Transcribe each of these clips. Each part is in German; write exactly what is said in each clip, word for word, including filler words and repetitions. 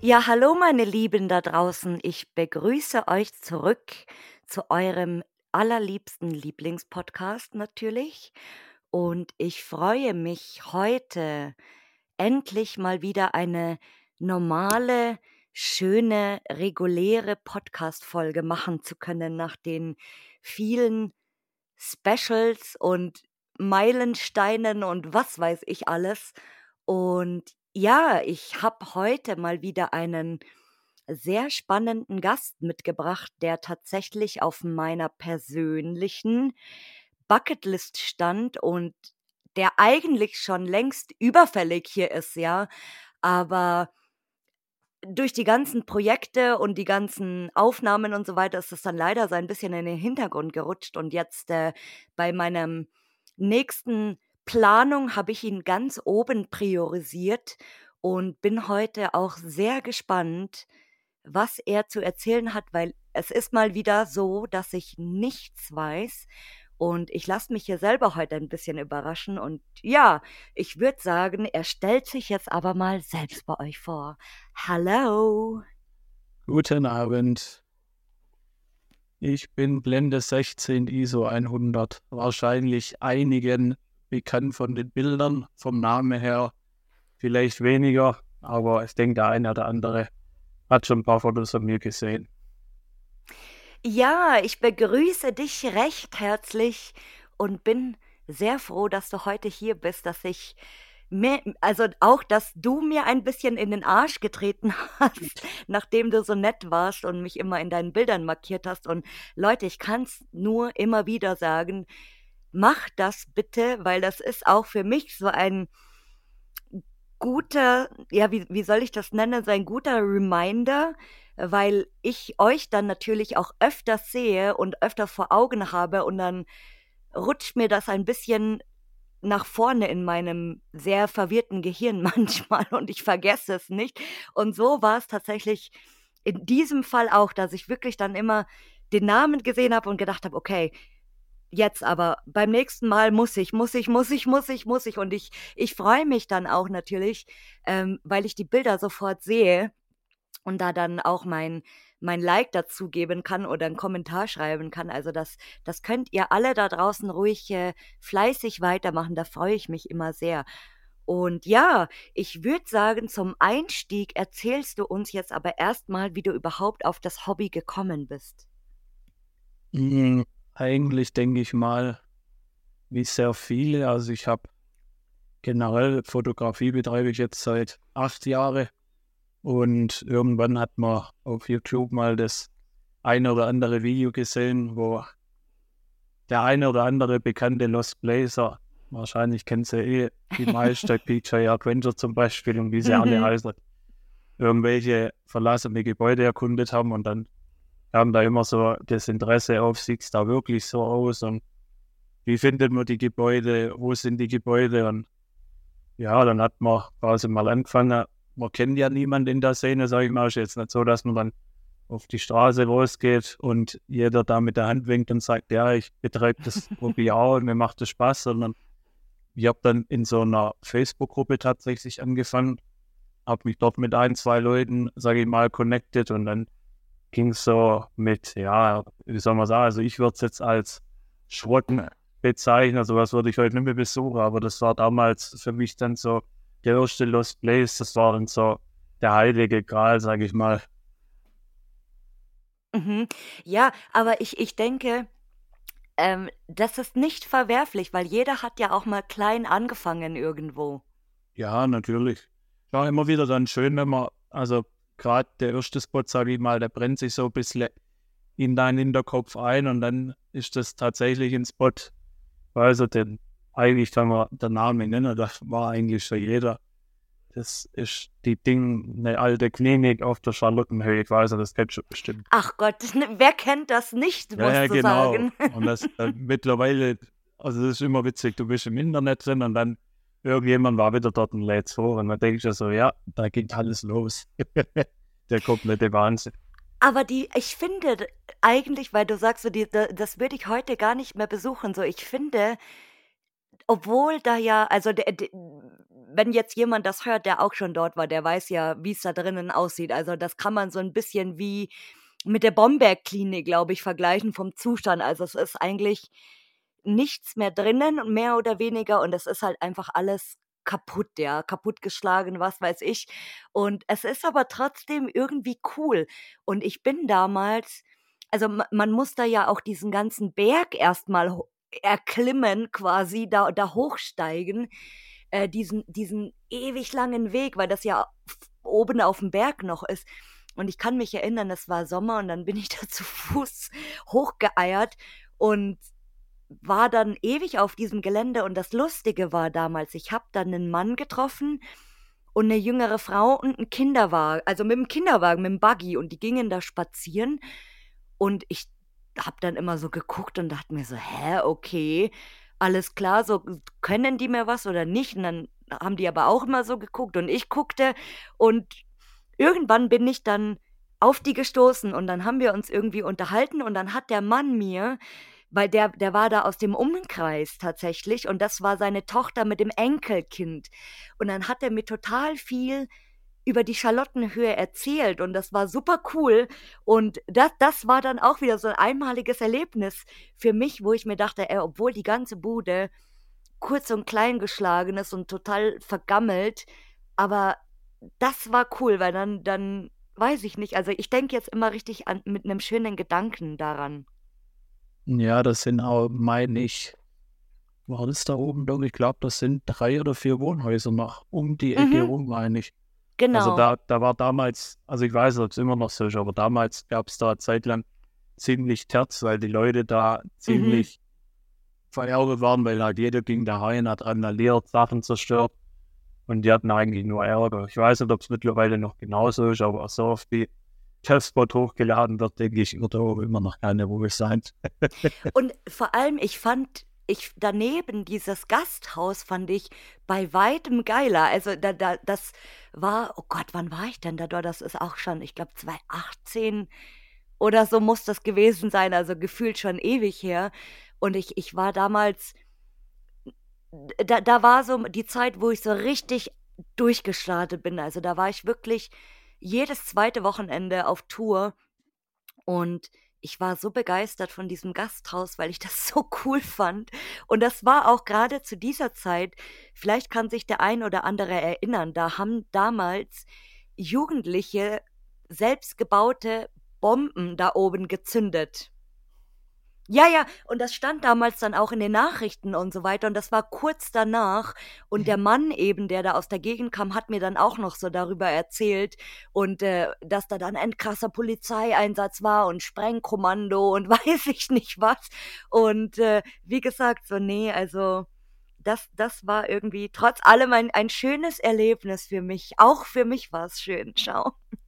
Ja, hallo meine Lieben da draußen. Ich begrüße euch zurück zu eurem allerliebsten Lieblingspodcast natürlich. Und ich freue mich heute endlich mal wieder eine normale, schöne, reguläre Podcast-Folge machen zu können nach den vielen Specials und Meilensteinen und was weiß ich alles. Und ja, ich habe heute mal wieder einen sehr spannenden Gast mitgebracht, der tatsächlich auf meiner persönlichen Bucketlist stand und der eigentlich schon längst überfällig hier ist, ja. Aber durch die ganzen Projekte und die ganzen Aufnahmen und so weiter ist es dann leider so ein bisschen in den Hintergrund gerutscht und jetzt, äh, bei meinem nächsten Planung habe ich ihn ganz oben priorisiert und bin heute auch sehr gespannt, was er zu erzählen hat, weil es ist mal wieder so, dass ich nichts weiß und ich lasse mich hier selber heute ein bisschen überraschen und ja, ich würde sagen, er stellt sich jetzt aber mal selbst bei euch vor. Hallo. Guten Abend. Ich bin Blende sechzehn I S O hundert. Wahrscheinlich einigen bekannt von den Bildern, vom Namen her vielleicht weniger, aber ich denke, der eine oder andere hat schon ein paar Fotos von mir gesehen. Ja, ich begrüße dich recht herzlich und bin sehr froh, dass du heute hier bist, dass ich mir, also auch, dass du mir ein bisschen in den Arsch getreten hast, nachdem du so nett warst und mich immer in deinen Bildern markiert hast. Und Leute, ich kann es nur immer wieder sagen, mach das bitte, weil das ist auch für mich so ein guter, ja, wie, wie soll ich das nennen, so ein guter Reminder, weil ich euch dann natürlich auch öfters sehe und öfter vor Augen habe und dann rutscht mir das ein bisschen nach vorne in meinem sehr verwirrten Gehirn manchmal und ich vergesse es nicht. Und so war es tatsächlich in diesem Fall auch, dass ich wirklich dann immer den Namen gesehen habe und gedacht habe, okay, jetzt aber beim nächsten Mal muss ich, muss ich, muss ich, muss ich, muss ich. Und ich, ich freue mich dann auch natürlich, ähm, weil ich die Bilder sofort sehe und da dann auch mein, mein Like dazu geben kann oder einen Kommentar schreiben kann. Also das, das könnt ihr alle da draußen ruhig äh, fleißig weitermachen. Da freue ich mich immer sehr. Und ja, ich würde sagen, zum Einstieg erzählst du uns jetzt aber erstmal, wie du überhaupt auf das Hobby gekommen bist. Hm, Eigentlich denke ich mal, wie sehr viele. Also ich habe generell Fotografie betreibe ich jetzt seit acht Jahren und irgendwann hat man auf YouTube mal das eine oder andere Video gesehen, wo der eine oder andere bekannte Lost Blazer, wahrscheinlich kennt sie eh die meisten, P J Adventure zum Beispiel und wie sie alle Mhm. heißen, irgendwelche verlassene Gebäude erkundet haben und dann kam da immer so das Interesse auf, sieht es da wirklich so aus und wie findet man die Gebäude, wo sind die Gebäude und ja, dann hat man quasi mal angefangen, man kennt ja niemanden in der Szene, sage ich mal, ist jetzt nicht so, dass man dann auf die Straße losgeht und jeder da mit der Hand winkt und sagt, ja, ich betreibe das Hobby auch und mir macht das Spaß, sondern ich habe dann in so einer Facebook-Gruppe tatsächlich angefangen, habe mich dort mit ein, zwei Leuten, sage ich mal, connected und dann ging es so mit, ja, wie soll man sagen, also ich würde es jetzt als Schrotten bezeichnen, sowas würde ich heute nicht mehr besuchen, aber das war damals für mich dann so der erste Lost Place, das war dann so der heilige Gral, sage ich mal. Mhm. Ja, aber ich ich denke, ähm, das ist nicht verwerflich, weil jeder hat ja auch mal klein angefangen irgendwo. Ja, natürlich. War immer wieder dann schön, wenn man, also gerade der erste Spot, sage ich mal, der brennt sich so ein bisschen in deinen Hinterkopf ein und dann ist das tatsächlich ein Spot, also den eigentlich, wenn man den Namen nennen, das war eigentlich schon jeder. Das ist die Ding, eine alte Klinik auf der Charlottenhöhe, ich weiß nicht, das kennst du bestimmt. Ach Gott, wer kennt das nicht, Ja, ja, musst du genau. sagen. Und das äh, mittlerweile, also das ist immer witzig, du bist im Internet drin und dann irgendjemand war wieder dort und lädt's vor und dann denkst du so, ja, da geht alles los. Der komplette Wahnsinn. Aber die ich finde d eigentlich, weil du sagst so, die da das würde ich heute gar nicht mehr besuchen, so ich finde, obwohl da ja, also der, der, wenn jetzt jemand das hört, der auch schon dort war, der weiß ja, wie es da drinnen aussieht. Also das kann man so ein bisschen wie mit der Bomberg-Klinik, glaube ich, vergleichen vom Zustand. Also es ist eigentlich nichts mehr drinnen, mehr oder weniger, und es ist halt einfach alles kaputt, ja, kaputtgeschlagen, was weiß ich. Und es ist aber trotzdem irgendwie cool. Und ich bin damals, also ma man muss da ja auch diesen ganzen Berg erst mal ho erklimmen quasi, da da hochsteigen, äh, diesen diesen ewig langen Weg, weil das ja f oben aufm Berg noch ist. Und ich kann mich erinnern, es war Sommer und dann bin ich da zu Fuß hochgeeiert und war dann ewig auf diesem Gelände. Und das Lustige war damals, ich habe dann 'nen Mann getroffen und 'ne jüngere Frau und 'n Kinderwagen, also mit 'm Kinderwagen, mit 'm Buggy, und die gingen da spazieren. Und ich habe dann immer so geguckt und dachte mir so: „Hä, okay, alles klar, so, können die mir was oder nicht?“ Und dann haben die aber auch immer so geguckt und ich guckte, und irgendwann bin ich dann auf die gestoßen und dann haben wir uns irgendwie unterhalten und dann hat der Mann mir, weil der der war da aus dem Umkreis tatsächlich, und das war seine Tochter mit dem Enkelkind. Und dann hat er mir total viel über die Charlottenhöhe erzählt und das war super cool. Und das das war dann auch wieder so ein einmaliges Erlebnis für mich, wo ich mir dachte: „Ey, obwohl die ganze Bude kurz und klein geschlagen ist und total vergammelt, aber das war cool, weil dann dann weiß ich nicht, also, ich denke jetzt immer richtig an mit 'nem schönen Gedanken daran.“ Ja, das sind auch, meine ich, war das da oben doch? Ich glaube, das sind drei oder vier Wohnhäuser noch um die Ecke Mhm, rum, meine ich. Also genau. da da war damals, also ich weiß nicht, ob's immer noch so ist, aber damals gab es da zeitlang ziemlich Terz, weil die Leute da Mhm. ziemlich verärgert waren, weil halt jeder ging da rein, hat randaliert, Sachen zerstört und die hatten eigentlich nur Ärger. Ich weiß nicht, ob es mittlerweile noch genauso ist, aber so oft wie Testspot hochgeladen wird, denke ich, wird da oben immer noch keine Ruhe sein. Und vor allem, ich fand ich daneben dieses Gasthaus fand ich bei weitem geiler. Also, da da das war, oh Gott, wann war ich denn da dort? Das ist auch schon, ich glaube, zwanzig achtzehn oder so muss das gewesen sein, also gefühlt schon ewig her. Und ich ich war damals, da da war so die Zeit, wo ich so richtig durchgestartet bin. Also, da war ich wirklich jedes zweite Wochenende auf Tour. Und ich war so begeistert von diesem Gasthaus, weil ich das so cool fand. Und das war auch gerade zu dieser Zeit, vielleicht kann sich der ein oder andere erinnern, da haben damals Jugendliche selbstgebaute Bomben da oben gezündet. Ja, ja, und das stand damals dann auch in den Nachrichten und so weiter, und das war kurz danach, und der Mann eben, der da aus der Gegend kam, hat mir dann auch noch so darüber erzählt, und, äh, dass da dann ein krasser Polizeieinsatz war und Sprengkommando und weiß ich nicht was. Und, äh, wie gesagt, so, ne, also das das war irgendwie trotz allem ein ein schönes Erlebnis für mich. Auch für mich war's schön, schau.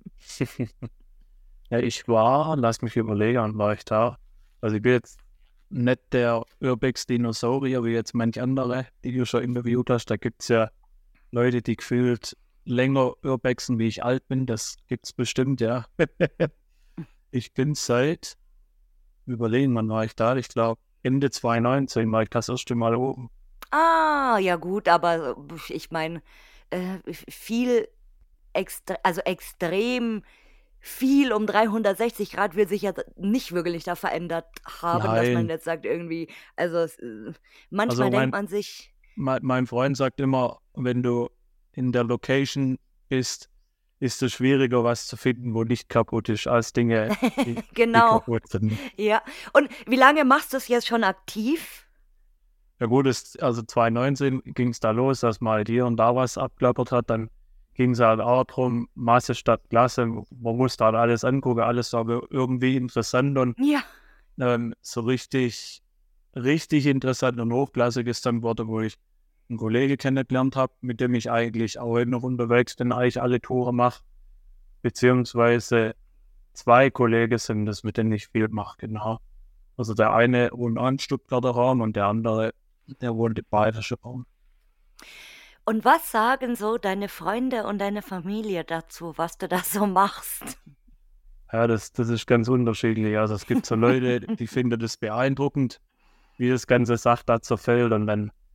Ja, ich war, lass mich überlegen, wann war ich da? Also ich bin jetzt nicht der Urbex-Dinosaurier wie jetzt manche andere, die du schon interviewt hast. Da gibt es ja Leute, die gefühlt länger Urbexen, wie ich alt bin. Das gibt's bestimmt, ja. Ich bin seit, überlegen, wann war ich da? Ich glaube, Ende zwanzig neunzehn war ich das erste Mal oben. Ah, ja gut, aber, äh, ich meine, äh, viel extre also extrem viel um dreihundertsechzig Grad will sich ja nicht wirklich da verändert haben, dass man Nein, jetzt sagt irgendwie, also es, äh, manchmal also denkt mein, man sich mein, mein Freund sagt immer, wenn du in der Location bist, ist es schwieriger, was zu finden, wo nicht kaputt ist, als Dinge, die, die genau, kaputt sind. ja. Und wie lange machst du es jetzt schon aktiv? Ja gut, es, also zwanzig neunzehn ging es da los, dass man halt hier und da was abklappert hat. Dann ging es halt auch darum, Masse statt Klasse. Man musste halt alles angucken, alles aber irgendwie interessant und Ja. ähm, so richtig, richtig interessant und hochklassig ist dann geworden, wo ich einen Kollegen kennengelernt habe, mit dem ich eigentlich auch heute noch unterwegs bin, eigentlich alle Touren mache, beziehungsweise zwei Kollegen sind das, mit denen ich viel mache, genau. Also der eine wohnt auch im Stuttgarter Raum und der andere, der wohnt im bayerischen Raum. Und was sagen so deine Freunde und deine Familie dazu, was du da so machst? Ja, das, das ist ganz unterschiedlich. Also es gibt so Leute, die finden das beeindruckend, wie das ganze Sach da zerfällt. Und dann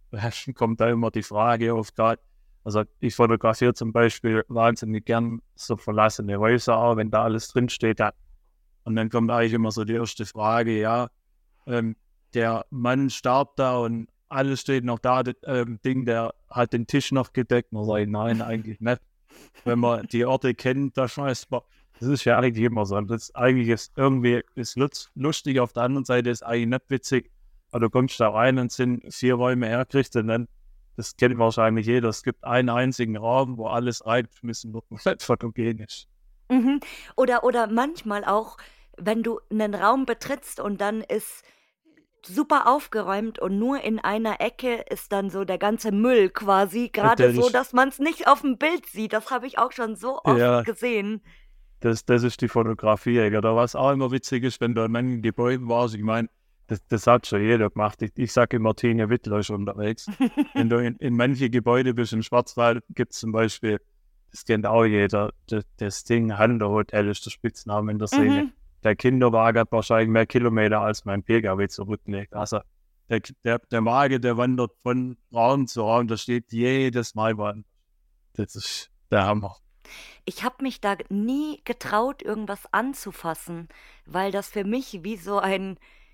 kommt da immer die Frage auf gerade. Also ich fotografiere zum Beispiel wahnsinnig gern so verlassene Häuser, auch wenn da alles drinsteht. Ja. Und dann kommt eigentlich immer so die erste Frage, ja, ähm, der Mann starb da und alles steht noch da, das ähm, Ding, der hat den Tisch noch gedeckt. Man sagt, nein, eigentlich nicht. Wenn man die Orte kennt, da schmeißt man, das ist ja eigentlich immer so. Und das eigentlich ist irgendwie ist lustig, auf der anderen Seite ist eigentlich nicht witzig. Aber du kommst da rein und sind vier Räume hergerichtet und dann, das kennt wahrscheinlich jeder, es gibt einen einzigen Raum, wo alles reingeschmissen wird, komplett fotogenisch. Mhm. Oder, oder manchmal auch, wenn du einen Raum betrittst und dann ist super aufgeräumt und nur in einer Ecke ist dann so der ganze Müll quasi, gerade so, dass man es nicht auf dem Bild sieht. Das habe ich auch schon so oft ja, gesehen. Das, das ist die Fotografie. Oder was auch immer witzig ist, wenn du in manchen Gebäuden warst, ich meine, das, das hat schon jeder gemacht. Ich, ich sage immer, Tine Wittler ist unterwegs. Wenn du in, in manche Gebäude bist, in Schwarzwald gibt es zum Beispiel, das kennt auch jeder, das, das Ding Hander Hotel ist der Spitzname in der Szene. Mhm. Der Kinderwagen hat wahrscheinlich mehr Kilometer als mein P K W zurücklegt. Also der, der, der Wagen, der wandert von Raum zu Raum, da steht jedes Mal was. Das ist der Hammer. Ich habe mich da nie getraut, irgendwas anzufassen, weil das für mich wie so ein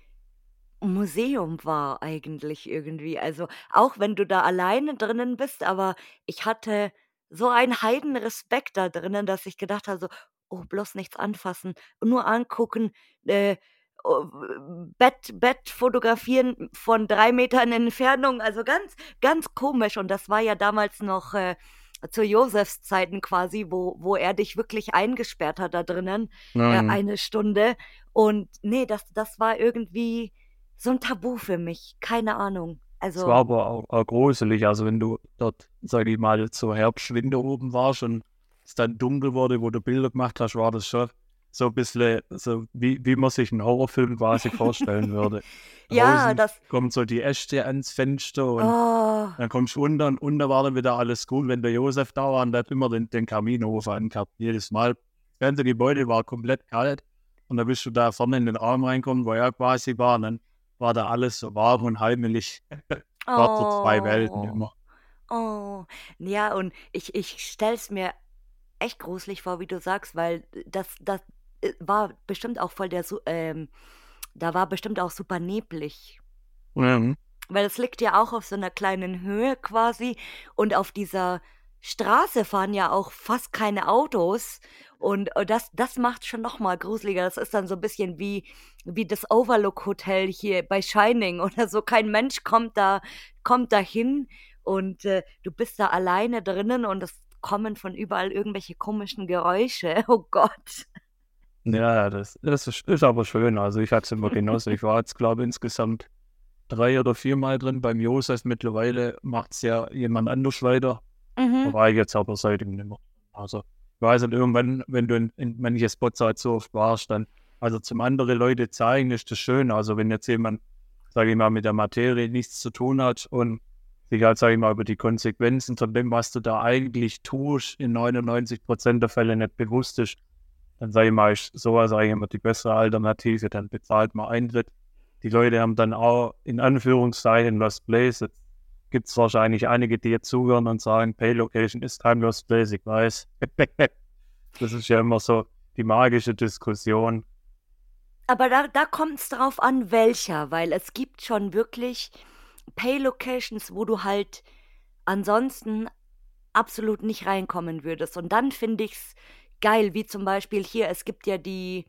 Museum war eigentlich irgendwie. Also, auch wenn du da alleine drinnen bist, aber ich hatte so einen Heidenrespekt da drinnen, dass ich gedacht habe so: „Oh, bloß nichts anfassen, nur angucken, äh, oh, Bett Bett fotografieren von drei Metern Entfernung." Also, ganz ganz komisch und das war ja damals noch, äh, zu Josefs Zeiten quasi, wo wo er dich wirklich eingesperrt hat da drinnen, äh, Mhm. eine Stunde. Und ne, das das war irgendwie so 'n Tabu für mich, keine Ahnung. Es war Also aber auch, auch gruselig. Also wenn du dort, sag ich mal, zur Herbstwinde oben warst und es dann dunkel wurde, wo du Bilder gemacht hast, war das schon so ein bisschen so, wie, wie man sich einen Horrorfilm quasi vorstellen würde. ja, Draußen das kommt so die Äste ans Fenster und oh, dann kommst du unter und unten war dann wieder alles gut. Wenn der Josef da war und der hat immer den, den Kaminofen angehabt, jedes Mal. Das ganze Gebäude war komplett kalt und dann bist du da vorne in den Raum reinkommen, wo er quasi war, und dann war da alles so warm und heimelig. War so zwei Welten oh, immer. oh. Ja, und ich ich stelle es mir echt gruselig vor, wie du sagst, weil das das, äh, war bestimmt auch voll der su ähm, da war bestimmt auch super neblig. Mhm. Weil es liegt ja auch auf so 'ner kleinen Höhe quasi und auf dieser Straße fahren ja auch fast keine Autos und und das das macht's schon noch mal gruseliger. Das ist dann so 'n bisschen wie wie das Overlook Hotel hier bei Shining oder so. Kein Mensch kommt da kommt da hin und, äh, du bist da alleine drinnen und es kommen von überall irgendwelche komischen Geräusche. Oh Gott. Ja, das, das ist, ist aber schön. Also ich hatte es immer genossen. Ich war jetzt, glaube ich, insgesamt drei oder viermal drin beim Josef. Mittlerweile macht es ja jemand anders weiter. Da Mhm. war ich jetzt aber seitdem nicht mehr. Also ich weiß nicht, irgendwann, wenn du in, in manche Spots halt so oft warst, dann, also zum anderen Leute zeigen, ist das schön. Also wenn jetzt jemand, sage ich mal, mit der Materie nichts zu tun hat und sich halt, sage ich mal, über die Konsequenzen von dem, was du da eigentlich tust, in neunundneunzig Prozent der Fälle nicht bewusst ist, dann sage ich mal, ist sowas eigentlich immer die bessere Alternative, dann bezahlt man Eintritt. Die Leute haben dann auch in Anführungszeichen Lost Place. Jetzt gibt es wahrscheinlich einige, die jetzt zuhören und sagen, Pay Location ist kein Lost Place, ich weiß. Das ist ja immer so die magische Diskussion. Aber da da kommt's drauf an, welcher, weil es gibt schon wirklich Pay-Locations, wo du halt ansonsten absolut nicht reinkommen würdest. Und dann finde ich's geil, wie zum Beispiel hier, es gibt ja die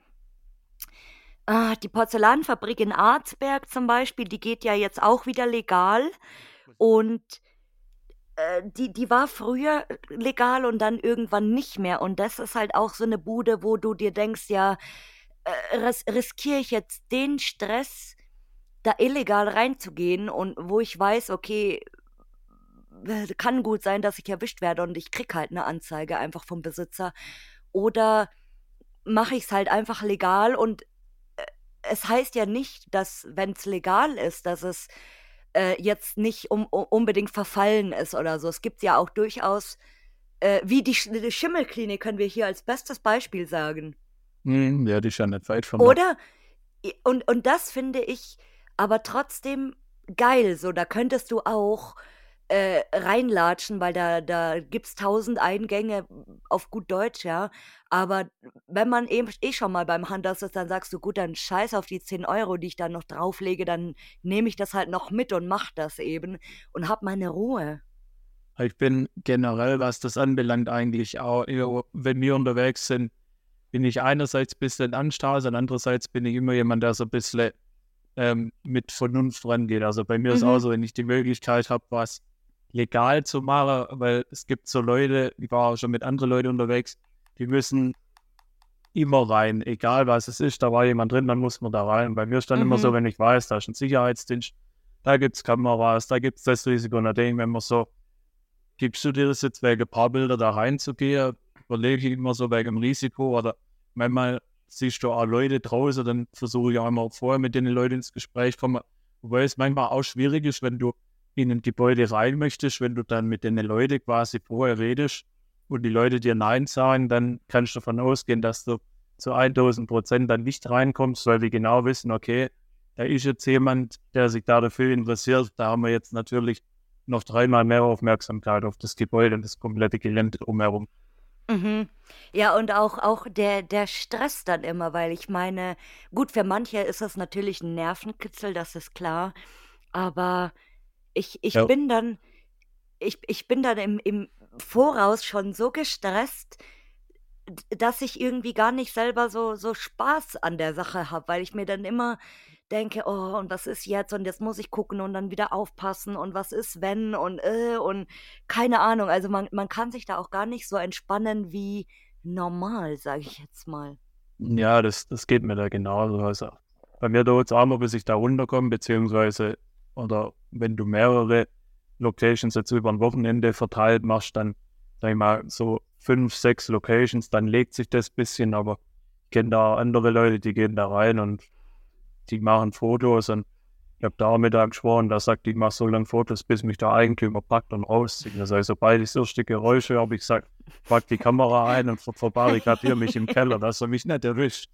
ah, die Porzellanfabrik in Arzberg zum Beispiel, die geht ja jetzt auch wieder legal und, äh, die die war früher legal und dann irgendwann nicht mehr. Und das ist halt auch so 'ne Bude, wo du dir denkst: „Ja, äh, ris riskiere ich jetzt den Stress, da illegal reinzugehen und wo ich weiß, okay, äh, kann gut sein, dass ich erwischt werde und ich kriege halt 'ne Anzeige einfach vom Besitzer. Oder mache ich's halt einfach legal und, äh, es heißt ja nicht, dass, wenn's legal ist, dass es, äh, jetzt nicht um u unbedingt verfallen ist oder so. Es gibt ja auch durchaus, äh, wie die Sch die Schimmelklinik können wir hier als bestes Beispiel sagen. Hm, ja, die ist ja nicht weit von da. Oder? I und und das finde ich aber trotzdem geil, so, da könntest du auch äh, reinlatschen, weil da, da gibt's tausend Eingänge auf gut Deutsch, ja. Aber wenn man eben eh schon mal beim Handels ist, dann sagst du, gut, dann scheiß auf die zehn Euro, die ich dann noch drauflege, dann nehme ich das halt noch mit und mach das eben und hab meine Ruhe. Ich bin generell, was das anbelangt, eigentlich auch, eher, wenn wir unterwegs sind, bin ich einerseits ein bisschen anstauend und andererseits bin ich immer jemand, der so ein bisschen ähm, mit Vernunft rangeht. Also bei mir ist auch Mhm. so, wenn ich die Möglichkeit habe, was legal zu machen, weil es gibt so Leute, ich war auch schon mit anderen Leuten unterwegs, die müssen immer rein, egal was es ist, da war jemand drin, dann muss man da rein. Bei mir ist dann immer so, Mhm. wenn ich weiß, da ist ein Sicherheitsdienst, da gibt es Kameras, da gibt es das Risiko. Und da denke ich mir immer so, gibst du dir das jetzt wegen ein paar Bilder da reinzugehen, überlege ich immer so wegen dem Risiko oder manchmal siehst du auch Leute draußen, dann versuche ich auch immer vorher mit den Leuten ins Gespräch kommen, wobei es manchmal auch schwierig ist, wenn du in ein Gebäude rein möchtest, wenn du dann mit den Leuten quasi vorher redest und die Leute dir Nein sagen, dann kannst du davon ausgehen, dass du zu tausend Prozent dann nicht reinkommst, weil die genau wissen, okay, da ist jetzt jemand, der sich da dafür interessiert, da haben wir jetzt natürlich noch dreimal mehr Aufmerksamkeit auf das Gebäude und das komplette Gelände drumherum. Mhm. Ja, und auch, auch der, der Stress dann immer, weil ich meine, gut, für manche ist das natürlich ein Nervenkitzel, das ist klar, aber ich, ich Ja, bin dann, ich, ich bin dann im, im Voraus schon so gestresst, d- dass ich irgendwie gar nicht selber so, so Spaß an der Sache habe, weil ich mir dann immer denke, oh, und was ist jetzt? Und jetzt muss ich gucken und dann wieder aufpassen und was ist, wenn und äh, und keine Ahnung. Also man, man kann sich da auch gar nicht so entspannen wie normal, sage ich jetzt mal. ja das, das geht mir da genauso. Also bei mir dauert es auch mal, bis ich da runterkomme, beziehungsweise, oder wenn du mehrere Locations jetzt über ein Wochenende verteilt machst, dann, sag ich mal, so fünf, sechs Locations, dann legt sich das ein bisschen, aber ich kenne da andere Leute, die gehen da rein und die machen Fotos und ich habe da auch mit einem gesprochen, der sagt, ich mache so lange Fotos, bis mich der Eigentümer packt und rauszieht. Das heißt, sobald ich das erste Geräusche habe, ich gesagt, pack die Kamera ein und ver verbarrikadiere mich im Keller, dass er mich nicht erwischt.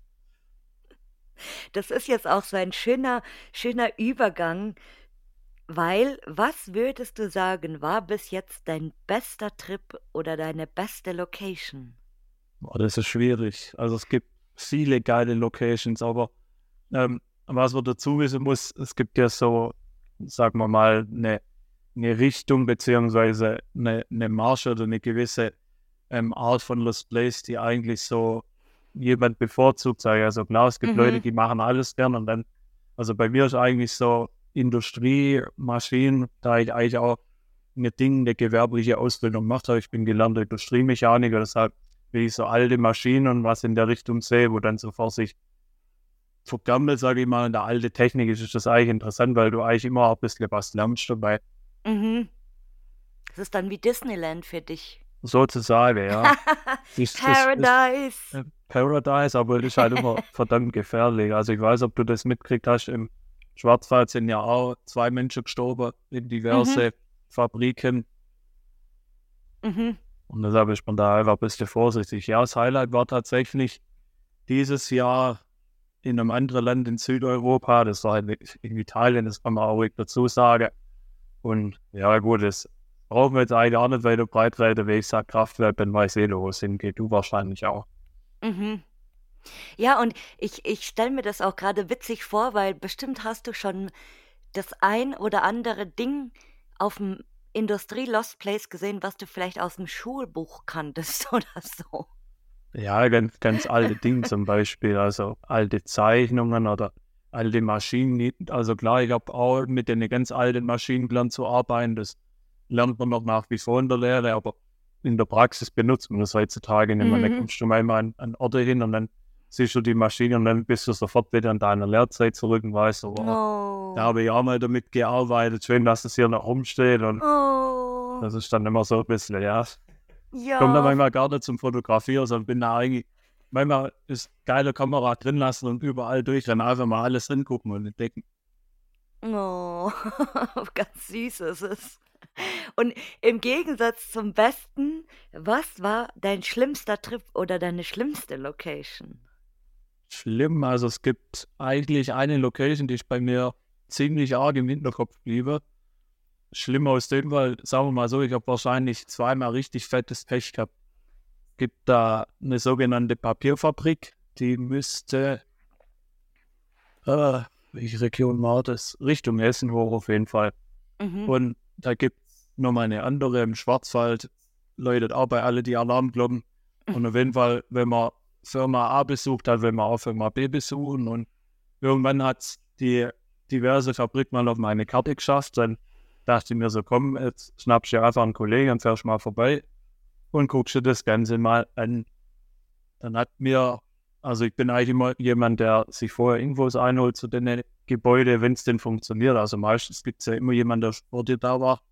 Das ist jetzt auch so ein schöner, schöner Übergang, weil was würdest du sagen, war bis jetzt dein bester Trip oder deine beste Location? Boah, das ist schwierig. Also es gibt viele geile Locations, aber ähm, was man dazu wissen muss, es gibt ja so, sagen wir mal, eine, eine Richtung beziehungsweise eine, eine Marsch oder eine gewisse ähm, Art von Lost Place, die eigentlich so jemand bevorzugt, sage ich. Also klar, es gibt Leute, Mhm. die machen alles gern und dann, also bei mir ist eigentlich so Industrie, Maschinen, da ich eigentlich auch eine Ding, eine gewerbliche Ausbildung gemacht habe. Ich bin gelernter Industriemechaniker, deshalb will ich so alte Maschinen und was in der Richtung sehe, wo dann so vor sich vergammelt, sage ich mal, in der alte Technik ist, ist das eigentlich interessant, weil du eigentlich immer ein bisschen was lernst dabei. Mhm. Das ist dann wie Disneyland für dich. Sozusagen, ja. Ist, ist, ist Paradise. äh, Paradise, aber es ist halt immer verdammt gefährlich. Also ich weiß, ob du das mitgekriegt hast, im Schwarzwald sind ja auch zwei Menschen gestorben in Mhm. diverse Fabriken. Mhm. Und deshalb ist man da einfach ein bisschen vorsichtig. Ja, das Highlight war tatsächlich dieses Jahr in einem anderen Land in Südeuropa. Das war in, in Italien, das kann man auch ruhig dazu sagen. Und ja, gut, das brauchen wir jetzt eigentlich auch nicht weiter breit reden, wie ich sage, Kraftwerk, dann weiß eh, wo es hingeht. Du wahrscheinlich auch. Mhm. Ja, und ich, ich stelle mir das auch gerade witzig vor, weil bestimmt hast du schon das ein oder andere Ding auf dem Industrie Lost Place gesehen, was du vielleicht aus dem Schulbuch kanntest oder so. Ja, ganz, ganz alte Dinge zum Beispiel, also alte Zeichnungen oder alte Maschinen. die- Also klar, ich habe auch mit den ganz alten Maschinen gelernt zu arbeiten. Das lernt man noch nach wie vor in der Lehre, aber in der Praxis benutzt man das heutzutage nicht mehr. Da Mhm. kommst du manchmal an, an Orte hin und dann siehst du die Maschine und dann bist du sofort wieder an deiner Lehrzeit zurück und weißt, so, oh, da Oh. habe ich auch mal damit gearbeitet. Schön, dass es hier noch rumsteht und Oh. das ist dann immer so ein bisschen, ja. Komme da Ja. manchmal gar nicht zum Fotografieren, sondern bin da eigentlich, manchmal ist geile Kamera drin lassen und überall durchrennen, einfach mal alles hingucken und entdecken. Oh. Ganz süß ist es. Und im Gegensatz zum Besten, was war dein schlimmster Trip oder deine schlimmste Location? Schlimm, also es gibt eigentlich eine Location, die ist bei mir ziemlich arg im Hinterkopf geblieben. Schlimm aus dem Fall, sagen wir mal so, ich habe wahrscheinlich zweimal richtig fettes Pech gehabt. Es gibt da eine sogenannte Papierfabrik, die müsste, äh, welche Region war das? Richtung Hessen hoch auf jeden Fall. Mhm. Und da gibt es nochmal eine andere im Schwarzwald, läutet auch bei alle die Alarmglocken. Und auf jeden Fall, wenn man Firma A besucht hat, will man auch Firma B besuchen. Und irgendwann hat es die diverse Fabrik mal auf meine Karte geschafft. Dann dachte ich mir so, komm, jetzt schnappst du einfach einen Kollegen und fährst mal vorbei und guckst dir das Ganze mal an. Dann hat mir, also ich bin eigentlich immer jemand, der sich vorher Infos einholt zu den Gebäuden, wenn es denn funktioniert. Also meistens gibt es ja immer jemanden, der vor dir da war.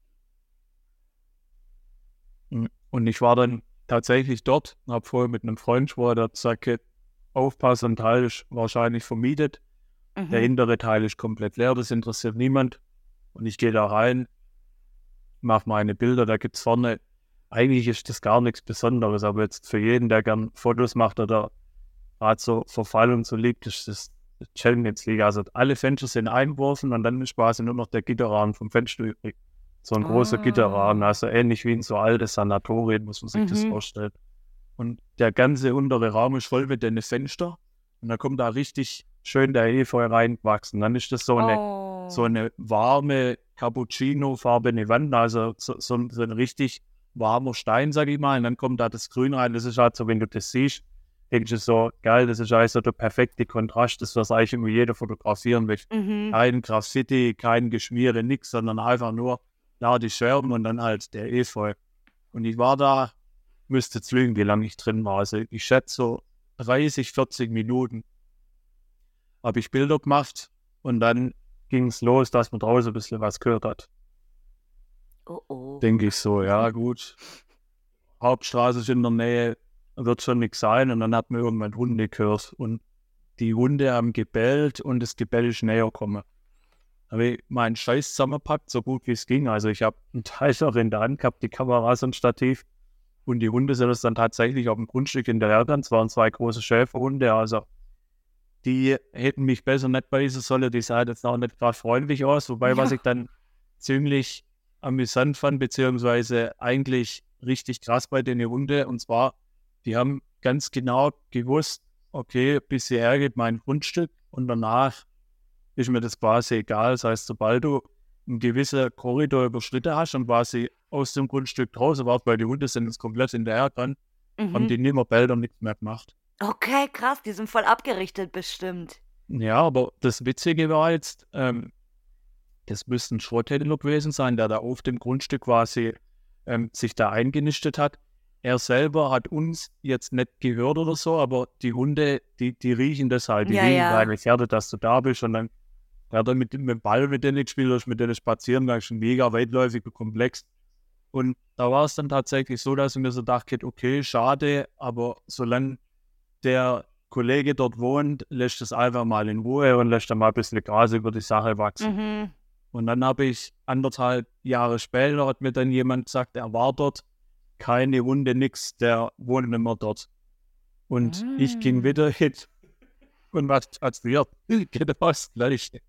Und ich war dann tatsächlich dort, habe vorher mit einem Freund gesprochen, der hat gesagt, aufpassen, ein Teil ist wahrscheinlich vermietet. Mhm. Der hintere Teil ist komplett leer, das interessiert niemand. Und ich gehe da rein, mache meine Bilder, da gibt es vorne, eigentlich ist das gar nichts Besonderes, aber jetzt für jeden, der gern Fotos macht oder gerade so Verfall und so liegt, ist das Champions League. Also alle Fenster sind eingeworfen und dann ist quasi nur noch der Gitterrahmen vom Fenster übrig. So ein großer Ah. Gitterrahmen, also ähnlich wie in so altes Sanatorien, muss man sich das Mhm. vorstellen. Und der ganze untere Raum ist voll mit den Fenstern und da kommt da richtig schön der Efeu reingewachsen. Dann ist das so eine, Oh. so eine warme Cappuccino-farbene Wand, also so, so, so ein richtig warmer Stein, sag ich mal. Und dann kommt da das Grün rein. Das ist halt so, wenn du das siehst, denkst du so, geil, das ist eigentlich so der perfekte Kontrast, das was eigentlich irgendwie jeder fotografieren möchte. Mhm. Kein Graffiti, kein Geschmiere, nix, sondern einfach nur, ja, die Scherben und dann halt der Efeu. Und ich war da, müsste jetzt lügen, wie lange ich drin war. Also ich schätze so dreißig, vierzig Minuten habe ich Bilder gemacht und dann ging es los, dass man draußen ein bisschen was gehört hat. Oh oh. Denke ich so, ja gut, Hauptstraße ist in der Nähe, wird schon nichts sein. Und dann hat man irgendwann Hunde gehört und die Hunde haben gebellt und das Gebell ist näher gekommen. Habe ich meinen Scheiß zusammengepackt, so gut wie es ging. Also ich habe einen Teil auch in der Hand gehabt, die Kameras und Stativ. Und die Hunde sind es dann tatsächlich auf dem Grundstück hinterhergegangen. Es waren zwei große Schäferhunde, also die hätten mich besser nicht beißen sollen. Die sahen jetzt auch nicht gerade freundlich aus. Wobei, Ja. was ich dann ziemlich amüsant fand, beziehungsweise eigentlich richtig krass bei den Hunden. Und zwar, die haben ganz genau gewusst, okay, bis hierher geht mein Grundstück und danach ist mir das quasi egal. Das heißt, sobald du einen gewissen Korridor überschritten hast und quasi aus dem Grundstück draußen warst, weil die Hunde sind jetzt komplett hinterher dran, haben Mhm. die nicht mehr bellt und nichts mehr gemacht. Okay, krass, die sind voll abgerichtet bestimmt. Ja, aber das Witzige war jetzt, ähm, das müsste ein Schrotthändler gewesen sein, der da auf dem Grundstück quasi ähm, sich da eingenistet hat. Er selber hat uns jetzt nicht gehört oder so, aber die Hunde, die, die riechen das halt. Die Ja, riechen ja. deine Pferde, dass du da bist. Und dann hat er mit, mit dem Ball mit denen gespielt, ist mit denen spazieren, das ist ein mega weitläufiger Komplex. Und da war es dann tatsächlich so, dass ich mir so dachte, okay, schade, aber solange der Kollege dort wohnt, lässt es einfach mal in Ruhe und lässt dann mal ein bisschen Gras über die Sache wachsen. Mhm. Und dann habe ich anderthalb Jahre später, hat mir dann jemand gesagt, er war dort, keine Hunde, nix, der wohnt nicht mehr dort. Und Mm. ich ging wieder hin und was passiert? Genau das Gleiche.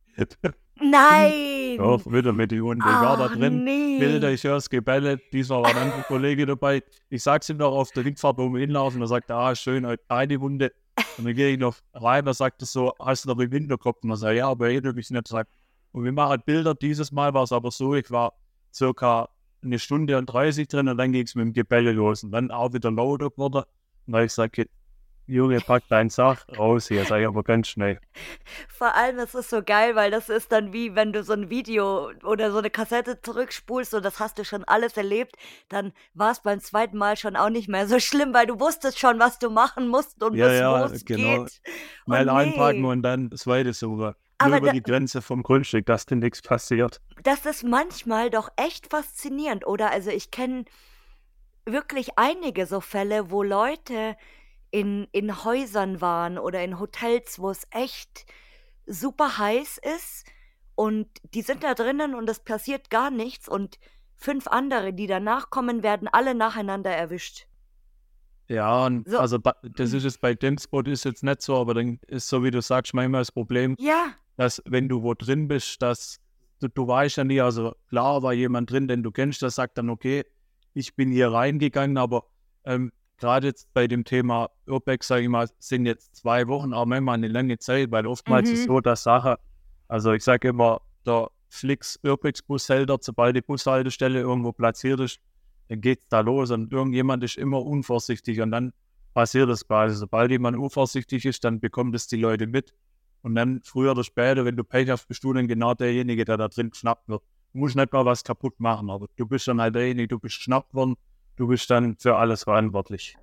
Nein! Doch, wieder mit den Hunden. Ich war da Ach, drin, nee. Bilder, ich höre das Gebelle, diesmal war ein anderer Kollege dabei. Ich sag's ihm noch auf der Rückfahrt, wo wir hinlaufen, er sagt, ah, schön, heute keine Hunde. Und dann gehe ich noch rein, er sagt so, hast du noch im Hinterkopf? Und er sagt, ja, aber ich erinnere mich nicht. Sagt, und wir machen Bilder, dieses Mal war es aber so, ich war circa eine Stunde und dreißig drin und dann ging es mit dem Gebelle los. Und dann auch wieder lauter geworden. Und dann habe ich gesagt, Junge, pack dein Sach raus hier, sag ich aber ganz schnell. Vor allem, es ist so geil, weil das ist dann wie, wenn du so ein Video oder so eine Kassette zurückspulst und das hast du schon alles erlebt, dann war es beim zweiten Mal schon auch nicht mehr so schlimm, weil du wusstest schon, was du machen musst und Ja, bis ja, wo es genau. geht. Schnell Oh, einpacken nee. und dann das Weite suchen. Aber Nur über da- die Grenze vom Grundstück, dass dir nichts passiert. Das ist manchmal doch echt faszinierend, oder? Also ich kenne wirklich einige so Fälle, wo Leute in, in Häusern waren oder in Hotels, wo es echt super heiß ist und die sind da drinnen und es passiert gar nichts und fünf andere, die danach kommen, werden alle nacheinander erwischt. Ja, und So. also ba- das ist jetzt bei dem Spot ist jetzt nicht so, aber dann ist so, wie du sagst, manchmal das Problem, Ja, dass wenn du wo drin bist, dass du, du weißt ja nie, also klar war jemand drin, den du kennst, der sagt dann, okay, ich bin hier reingegangen, aber ähm, gerade jetzt bei dem Thema Urbex, sage ich mal, sind jetzt zwei Wochen auch manchmal eine lange Zeit, weil oftmals ist es Mhm. so, dass Sache, also ich sage immer, der Flix Urbex Bushälter, sobald die Bushaltestelle irgendwo platziert ist, dann geht es da los und irgendjemand ist immer unvorsichtig und dann passiert das quasi. Sobald jemand unvorsichtig ist, dann bekommen das die Leute mit und dann früher oder später, wenn du Pech hast, bist du dann genau derjenige, der da drin geschnappt wird. Du musst nicht mal was kaputt machen, aber du bist dann halt derjenige, du bist geschnappt worden, du bist dann für alles verantwortlich.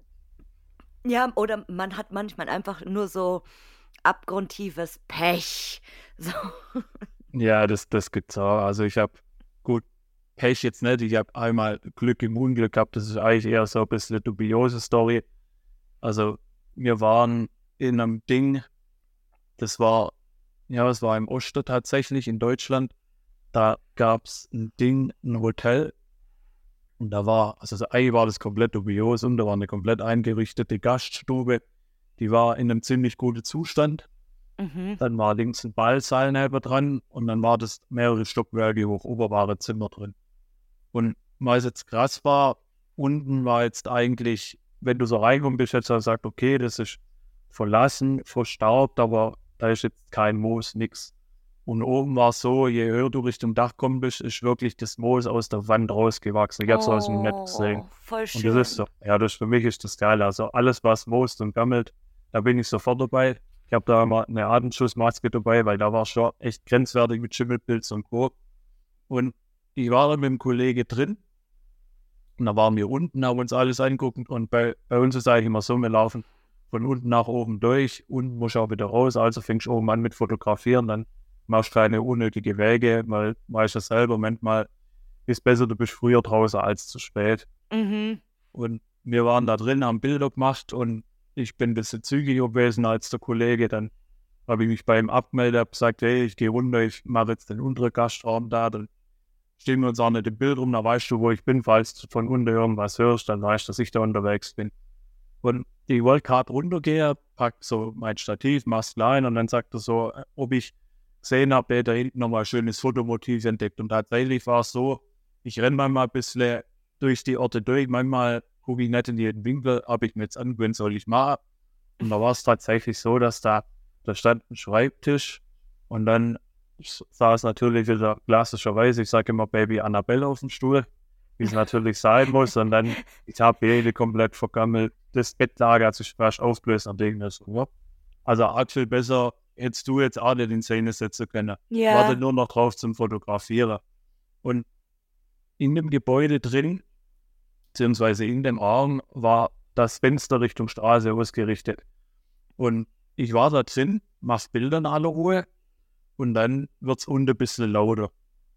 Ja, oder man hat manchmal einfach nur so abgrundtiefes Pech. So. Ja, das, das gibt's auch. Also ich habe, gut, Pech jetzt nicht, ich habe einmal Glück im Unglück gehabt, das ist eigentlich eher so ein bisschen eine dubiose Story. Also wir waren in einem Ding, das war, ja, es war im Osten tatsächlich in Deutschland, da gab es ein Ding, ein Hotel und da war, also so, eigentlich war das komplett dubios und da war eine komplett eingerichtete Gaststube, die war in einem ziemlich guten Zustand. Mhm. Dann war links ein Ballsaal neben dran und dann war das mehrere Stockwerke hoch, oberbare Zimmer drin. Und was jetzt krass war, unten war jetzt eigentlich, wenn du so reinkommst, bist du jetzt gesagt, okay, das ist verlassen, verstaubt, aber da ist jetzt kein Moos, nix. Und oben war es so, je höher du Richtung Dach gekommen bist, ist wirklich das Moos aus der Wand rausgewachsen. Ich habe es aus dem Netz gesehen. Oh, voll Und das ist schön. so, ja, das für mich ist das geil. Also alles, was moost und gammelt, da bin ich sofort dabei. Ich habe da mal eine Atemschutzmaske dabei, weil da war schon echt grenzwertig mit Schimmelpilz und Co. Und ich war da mit dem Kollege drin und da waren wir unten, haben uns alles angucken und bei, bei uns ist eigentlich immer so, wir laufen von unten nach oben durch, unten musst du auch wieder raus, also fängst du oben an mit Fotografieren, dann machst du keine unnötige Wege, weil weißt du selber, manchmal ist besser, du bist früher draußen als zu spät. Mhm. Und wir waren da drin, haben Bilder gemacht und ich bin ein bisschen zügiger gewesen als der Kollege, dann habe ich mich bei ihm abgemeldet, habe gesagt, hey, ich gehe runter, ich mache jetzt den unteren Gastraum da, dann stehen wir uns auch nicht im Bild rum, da weißt du, wo ich bin, falls du von unten irgendwas hörst, dann weißt du, dass ich da unterwegs bin. Und ich wollte gerade runtergehen, pack so mein Stativ, mach's klein und dann sagt er so, ob ich gesehen habe, der da hinten nochmal ein schönes Fotomotiv entdeckt. Und tatsächlich war es so, ich renne manchmal ein bisschen durch die Orte durch, manchmal gucke ich nicht in jeden Winkel, habe ich mir jetzt angewöhnt, soll ich machen. Und da war es tatsächlich so, dass da, da stand ein Schreibtisch und dann saß natürlich wieder klassischerweise, ich sage immer Baby Annabelle auf dem Stuhl, wie es natürlich sein muss. Und dann, ich habe jede komplett vergammelt, das Bettlager hat sich fast aufgelöst und denke mir so, ja. Also arg viel besser hättest du jetzt auch nicht in Szene setzen können. Warte Ja. nur noch drauf zum Fotografieren. Und in dem Gebäude drin, beziehungsweise in dem Raum, war das Fenster Richtung Straße ausgerichtet. Und ich war da drin, mach Bilder in aller Ruhe und dann wird es unten ein bisschen lauter.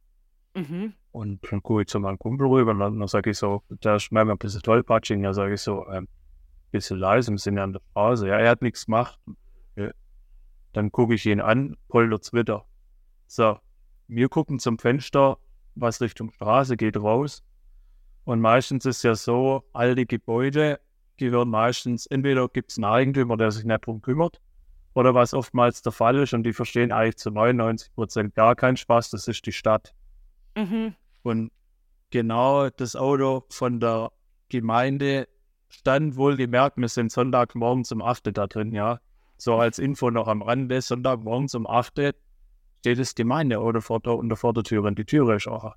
Mhm. Und dann gucke ich zu meinem Kumpel rüber und dann, dann sage ich so, der ist manchmal ein bisschen tollpatschig, dann sage ich so, ähm, bisschen leise im Sinne an der Straße. Ja, er hat nichts gemacht. Ja. Dann gucke ich ihn an, poltert's wieder. So, wir gucken zum Fenster, was Richtung Straße geht, raus. Und meistens ist ja so, alte Gebäude gehören meistens, entweder gibt es einen Eigentümer, der sich nicht drum kümmert, oder was oftmals der Fall ist, und die verstehen eigentlich zu neunundneunzig Prozent gar keinen Spaß, das ist die Stadt. Mhm. Und genau das Auto von der Gemeinde stand wohlgemerkt, wir sind Sonntagmorgen um acht da drin, ja. So als Info noch am Rande, Sonntagmorgen um acht steht das Gemeindeauto vor der, unter vor der Tür und die Tür ist offen.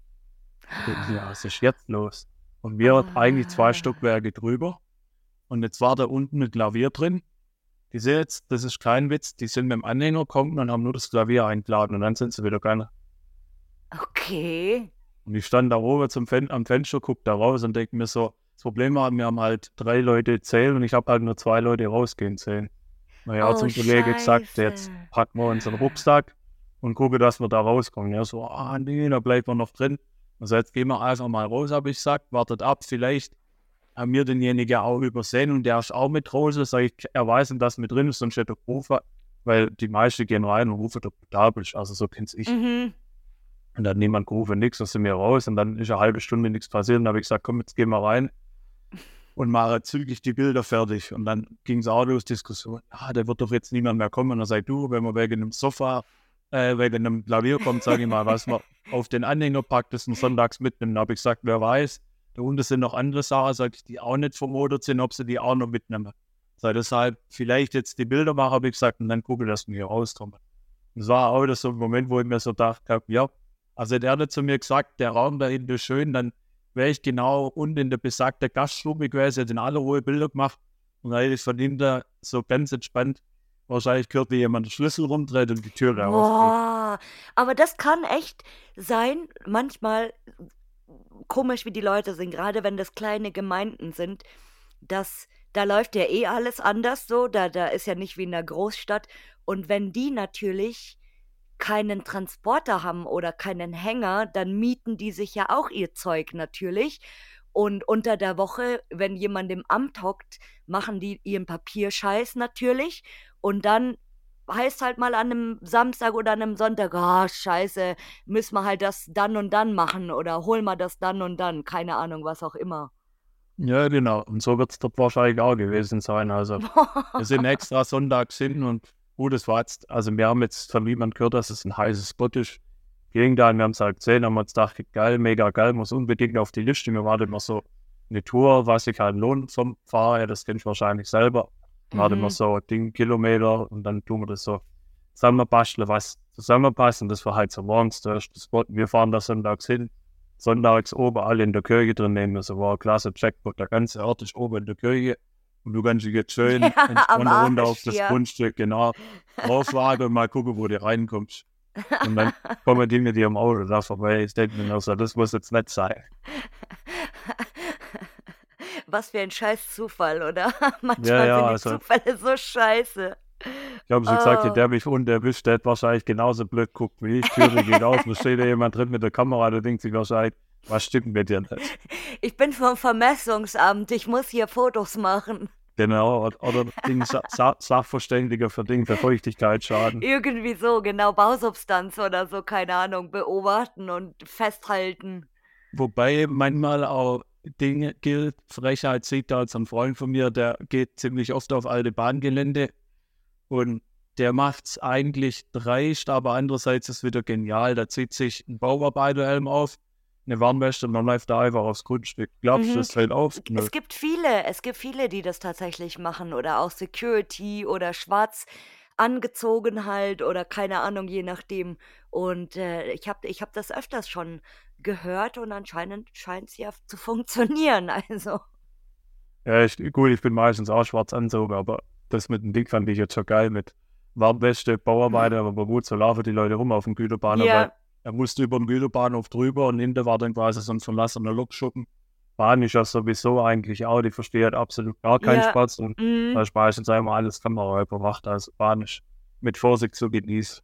Ja, was ist jetzt los? Und wir eigentlich zwei Ah. Stockwerke drüber und jetzt war da unten ein Klavier drin. Die sind jetzt, das ist kein Witz, die sind mit dem Anhänger gekommen und haben nur das Klavier eingeladen und dann sind sie wieder gegangen. Okay. Und ich stand da oben zum Fen am Fenster, guck da raus und denke mir so, das Problem war, wir haben halt drei Leute zählen und ich habe halt nur zwei Leute rausgehen sehen. Na ja, Oh, zum Kollege gesagt, jetzt Scheiße. packen wir unseren Rucksack und gucke, dass wir da rauskommen. Ja, so, ah nee, da bleiben wir noch drin. Also jetzt gehen wir einfach mal raus, habe ich gesagt, wartet ab, vielleicht haben wir denjenigen auch übersehen und der ist auch mit raus. Sag ich, er weiß nicht, dass mit drin ist, sonst hätte er gerufen, weil die meisten gehen rein und rufen, da bist. Also so kenn's ich. Mhm. Und dann hat niemand gerufen, nichts, dann sind wir raus und dann ist eine halbe Stunde nichts passiert. Und dann habe ich gesagt, komm, jetzt gehen wir rein und mache zügig die Bilder fertig. Und dann ging es auch los, Diskussion, ah, da wird doch jetzt niemand mehr kommen. Und dann sag ich, du, wenn wir wegen dem Sofa äh, wegen einem Klavier kommt, sage ich mal, was man auf den Anhänger packt, das man sonntags mitnimmt. Da habe ich gesagt, wer weiß, da unten sind noch andere Sachen, sag ich, die auch nicht vermodert sind, ob sie die auch noch mitnehmen. Sei deshalb vielleicht jetzt die Bilder machen, habe ich gesagt, und dann gucke ich, dass wir hier rauskommen. Das war auch das so ein Moment, wo ich mir so dachte habe, ja, also der hat zu mir gesagt, der Raum da hinten ist schön, dann wäre ich genau unten in der besagten Gaststube gewesen, hätte in aller Ruhe Bilder gemacht und dann hätte ich von hinten so ganz entspannt wahrscheinlich gehört, wie jemand den Schlüssel rumdreht und die Tür aufgeht. Boah, aber das kann echt sein, manchmal komisch, wie die Leute sind, gerade wenn das kleine Gemeinden sind, dass da läuft ja eh alles anders so, da, da ist ja nicht wie in der Großstadt. Und wenn die natürlich keinen Transporter haben oder keinen Hänger, dann mieten die sich ja auch ihr Zeug natürlich. Und unter der Woche, wenn jemand im Amt hockt, machen die ihren Papierscheiß natürlich. Und dann heißt halt mal an einem Samstag oder an einem Sonntag, ah, scheiße, müssen wir halt das dann und dann machen oder holen wir das dann und dann. Keine Ahnung, was auch immer. Ja, genau. Und so wird es dort wahrscheinlich auch gewesen sein. Also wir sind extra sonntags hin und gut, es war jetzt, also wir haben jetzt von niemandem gehört, dass es ein heißes Spot ist. Ging da und wir haben es halt gesehen, haben uns gedacht, geil, mega geil, muss unbedingt auf die Liste. Wir waren immer so eine Tour, was sich halt lohnt vom Fahrer her, das kennst du wahrscheinlich selber. Man hat immer so Ding, Kilometer und dann tun wir das so zusammenbasteln, was zusammenpasst und das war halt so morgens der erste Spot. Wir fahren da sonntags hin, sonntags oben alle in der Kirche drin nehmen, das war ein klasse Jackpot, der ganze Ort ist oben in der Kirche und du kannst dich jetzt schön Ja, am entspannt runter Arsch, auf das ja. Grundstück, genau, draufwagen und mal gucken, wo du reinkommst. Und dann kommen die mit ihrem Auto da vorbei. Ich denke mir noch so, das muss jetzt nicht sein. Was für ein scheiß Zufall, oder? Manchmal Ja, ja, sind die also Zufälle so scheiße. ich habe so gesagt, Oh. der mich unten erwischt, der hat wahrscheinlich genauso blöd guckt wie ich. Türe geht auf, da steht da jemand drin mit der Kamera, der denkt sich wahrscheinlich, was stimmt mit dir nicht? Ich bin vom Vermessungsamt, ich muss hier Fotos machen. Genau, oder, oder Ding, Sa Sa Sachverständiger für Ding, für Feuchtigkeitsschaden. Irgendwie so, genau, Bausubstanz oder so, keine Ahnung, beobachten und festhalten. Wobei manchmal auch Dinge gilt, Frechheit sieht da jetzt ein Freund von mir, der geht ziemlich oft auf alte Bahngelände und der macht's eigentlich dreist, aber andererseits ist es wieder genial. Da zieht sich ein Bauarbeiterhelm auf, eine Warnweste und dann läuft er einfach aufs Grundstück. Glaubst du, Mhm. das fällt auf? Nö. Es gibt viele, es gibt viele, die das tatsächlich machen oder auch Security oder schwarz angezogen halt oder keine Ahnung, je nachdem. Und äh, ich habe ich hab das öfters schon gehört und anscheinend scheint es ja zu funktionieren. Also, Ja, ich, gut, ich bin meistens auch schwarz anzogen, aber das mit dem Ding fand ich jetzt schon geil mit Warnweste, Bauarbeiter, aber gut, so laufen die Leute rum auf dem Güterbahnhof, ja, weil er musste über den Güterbahnhof drüber und hinter war dann quasi so ein verlassener Lokschuppen. Bahn ist ja sowieso eigentlich auch, die versteht absolut gar keinen ja, Spaß und mm. da ist meistens einmal alles Kamera überwacht, also Bahn ist mit Vorsicht zu genießen.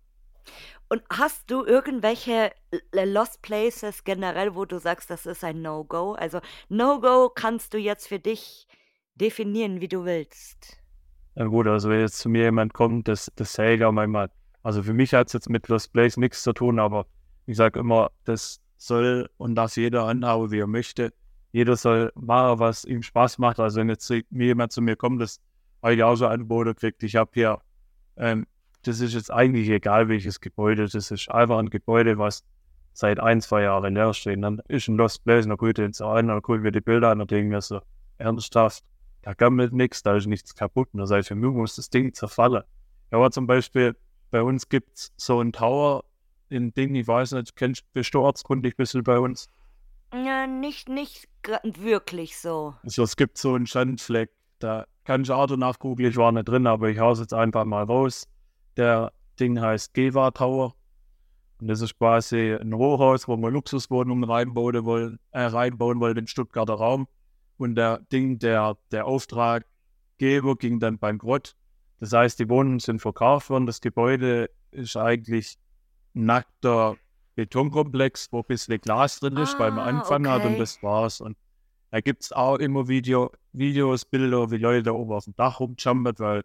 Und hast du irgendwelche l- Lost Places generell, wo du sagst, das ist ein No-Go? Also No-Go kannst du jetzt für dich definieren, wie du willst. Ja gut, also wenn jetzt zu mir jemand kommt, das, das sehe ich auch manchmal. Also für mich hat es jetzt mit Lost Place nichts zu tun, aber ich sage immer, das soll und darf jeder anhauen, wie er möchte. Jeder soll machen, was ihm Spaß macht. Also wenn jetzt mir jemand zu mir kommt, das habe ich auch so angeboten gekriegt. Ich habe hier, ähm, das ist jetzt eigentlich egal, welches Gebäude, das ist einfach ein Gebäude, was seit ein, zwei Jahren leer steht. Und dann ist ein Lost Place, dann gucke ich ins ein, dann gucke ich mir die Bilder an und denke mir so, ernsthaft, da gammelt nichts, da ist nichts kaputt. Und da sage ich, für mich muss das Ding zerfallen. Ja, aber zum Beispiel, bei uns gibt es so einen Tower, in Ding, ich weiß nicht, kennst, bist du ortskundig ein bisschen bei uns? Ja, nicht, nicht gra- wirklich so. Also es gibt so einen Schandfleck, da kann ich auch danach googeln, ich war nicht drin, aber ich hau's jetzt einfach mal raus. Der Ding heißt Geva Tower und das ist quasi ein Hochhaus, wo wir Luxuswohnungen reinbauen wollen, äh, reinbauen wollen, den Stuttgarter Raum. Und der Ding, der, der Auftraggeber ging dann bankrott. Das heißt, die Wohnungen sind verkauft worden, das Gebäude ist eigentlich ein nackter Betonkomplex, wo ein bisschen Glas drin ist, weil man Ah, angefangen hat und okay. das war's. Und da gibt es auch immer Video, Videos, Bilder, wie Leute da oben auf dem Dach rumjumpern, weil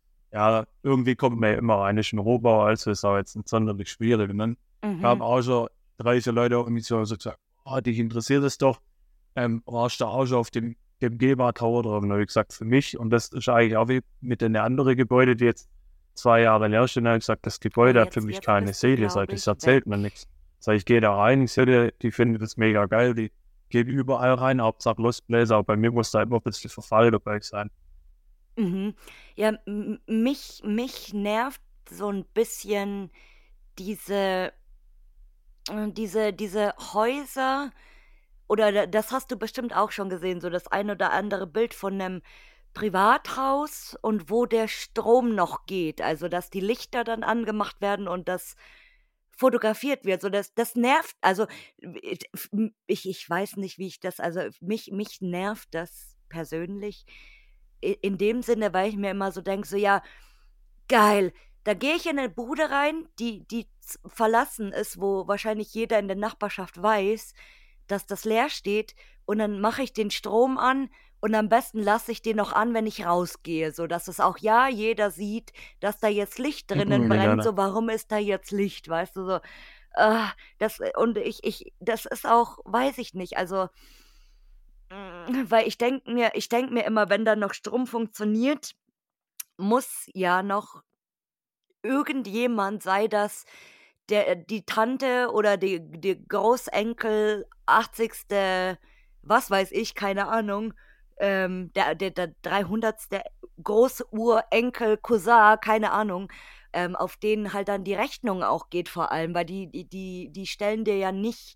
ja, irgendwie kommt man ja immer rein, ist ein Rohbau, also ist auch jetzt nicht sonderlich schwierig. Und dann kamen Mhm. auch schon drei so Leute auf mich so und so gesagt, oh, dich interessiert es doch, ähm, warst du auch schon auf dem, dem Gema Tower drauf? Und dann habe ich gesagt, für mich, und das ist eigentlich auch wie mit den anderen Gebäuden, die jetzt zwei Jahre leer stehen, habe ich gesagt, das Oh, Gebäude hat für jetzt, mich jetzt keine bist du, Seele, sag glaube ich, das ich, erzählt weg. mir nichts. Sag ich, gehe da rein, ich sehe, die, die finden das mega geil, die gehen überall rein, Hauptsache Lustbläser, aber bei mir muss da immer ein bisschen Verfall dabei sein. Mhm. Ja, m mich mich nervt so ein bisschen diese äh, diese diese Häuser oder da das hast du bestimmt auch schon gesehen, so das ein oder andere Bild von 'nem Privathaus und wo der Strom noch geht, also, dass die Lichter dann angemacht werden und das fotografiert wird. So, das das nervt also, w f m ich ich weiß nicht, wie ich das also, mich mich nervt das persönlich i in dem Sinne, weil ich mir immer so denke, so: „Ja, geil, da gehe ich in 'ne Bude rein, die die z verlassen ist, wo wahrscheinlich jeder in der Nachbarschaft weiß, dass das leer steht und dann mache ich den Strom an und am besten lasse ich den noch an, wenn ich rausgehe, sodass es auch ja jeder sieht, dass da jetzt Licht drinnen Ja, brennt. ne? So, warum ist da jetzt Licht, weißt du, so? Ah, das äh, und ich ich das ist auch weiß ich nicht, also, hm, weil ich denke mir ich denke mir immer, wenn da noch Strom funktioniert, muss ja noch irgendjemand, sei das der äh, die Tante oder die die Großenkel, achtzigste, was weiß ich, keine Ahnung, ähm, der der der dreihundertste. Großurenkel, Cousin, keine Ahnung, ähm, auf denen halt dann die Rechnung auch geht vor allem, weil die die die die stellen dir ja nicht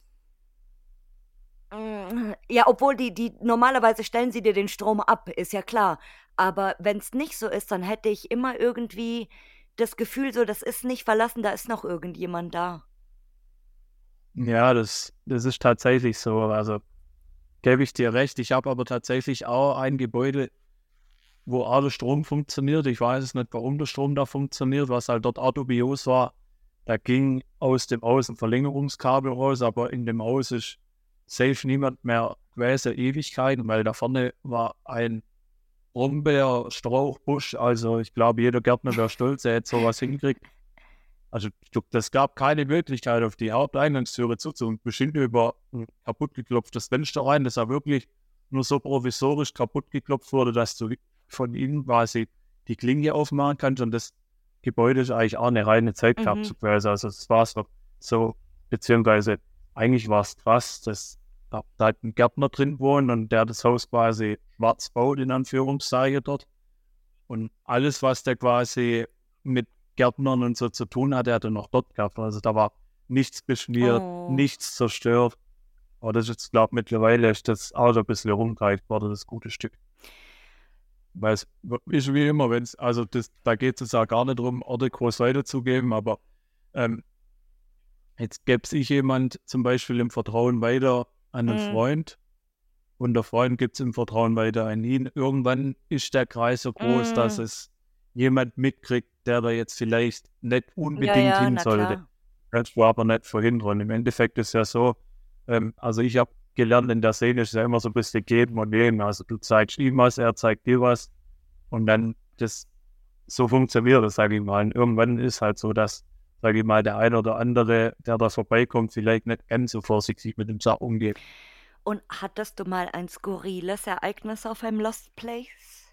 hm, ja, obwohl die die normalerweise stellen sie dir den Strom ab, ist ja klar. Aber wenn's nicht so ist, dann hätte ich immer irgendwie das Gefühl so, das ist nicht verlassen, da ist noch irgendjemand da. Ja, das, das ist tatsächlich so. Also gebe ich dir recht. Ich habe aber tatsächlich auch ein Gebäude, wo auch der Strom funktioniert. Ich weiß es nicht, warum der Strom da funktioniert, was halt dort auch dubios war. Da ging aus dem Haus ein Verlängerungskabel raus, aber in dem Haus ist safe niemand mehr gewesen, Ewigkeiten, weil da vorne war ein Brombeerstrauchbusch. Also ich glaube, jeder Gärtner wäre stolz, er hätte sowas hingekriegt. Also du, das gab keine Möglichkeit, auf die Haupteingangstüre zuzumachen. Bestimmt über ein kaputt geklopftes Fenster rein, das ja wirklich nur so provisorisch kaputt geklopft wurde, dass du von innen quasi die Klinke aufmachen kannst. Und das Gebäude ist eigentlich auch eine reine Mhm. Zeitkapsel gewesen. Also es war so, so, beziehungsweise eigentlich war es krass, dass da da halt ein Gärtner drin wohnt und der das Haus quasi schwarz baut, in Anführungszeichen dort. Und alles, was der quasi mit Gärtnern und so zu tun hatte, hat er noch dort gehabt. Also da war nichts beschmiert, Oh. nichts zerstört. Aber das ist jetzt, glaube ich, mittlerweile ist das Auto ein bisschen rumgereicht worden, das gute Stück. Weil es ist wie immer, wenn es, also das, da geht es auch gar nicht darum, Orte groß weiterzugeben, aber ähm, jetzt gäbe ich jemand zum Beispiel im Vertrauen weiter an einen Mhm. Freund und der Freund gibt es im Vertrauen weiter an ihn. Irgendwann ist der Kreis so groß, dass Mhm. es jemand mitkriegt, der da jetzt vielleicht nicht Ja, unbedingt ja, hin na sollte. klar. Kannst du aber nicht verhindern. Im Endeffekt ist ja so, ähm, also ich habe gelernt, in der Szene ist ja immer so ein bisschen geben und nehmen. Also du zeigst ihm was, er zeigt dir was und dann das, so funktioniert das, sage ich mal. Und irgendwann ist halt so, dass, sage ich mal, der eine oder andere, der da vorbeikommt, vielleicht nicht ganz so vorsichtig mit dem Sachen umgeht. Und hattest du mal ein skurriles Ereignis auf einem Lost Place?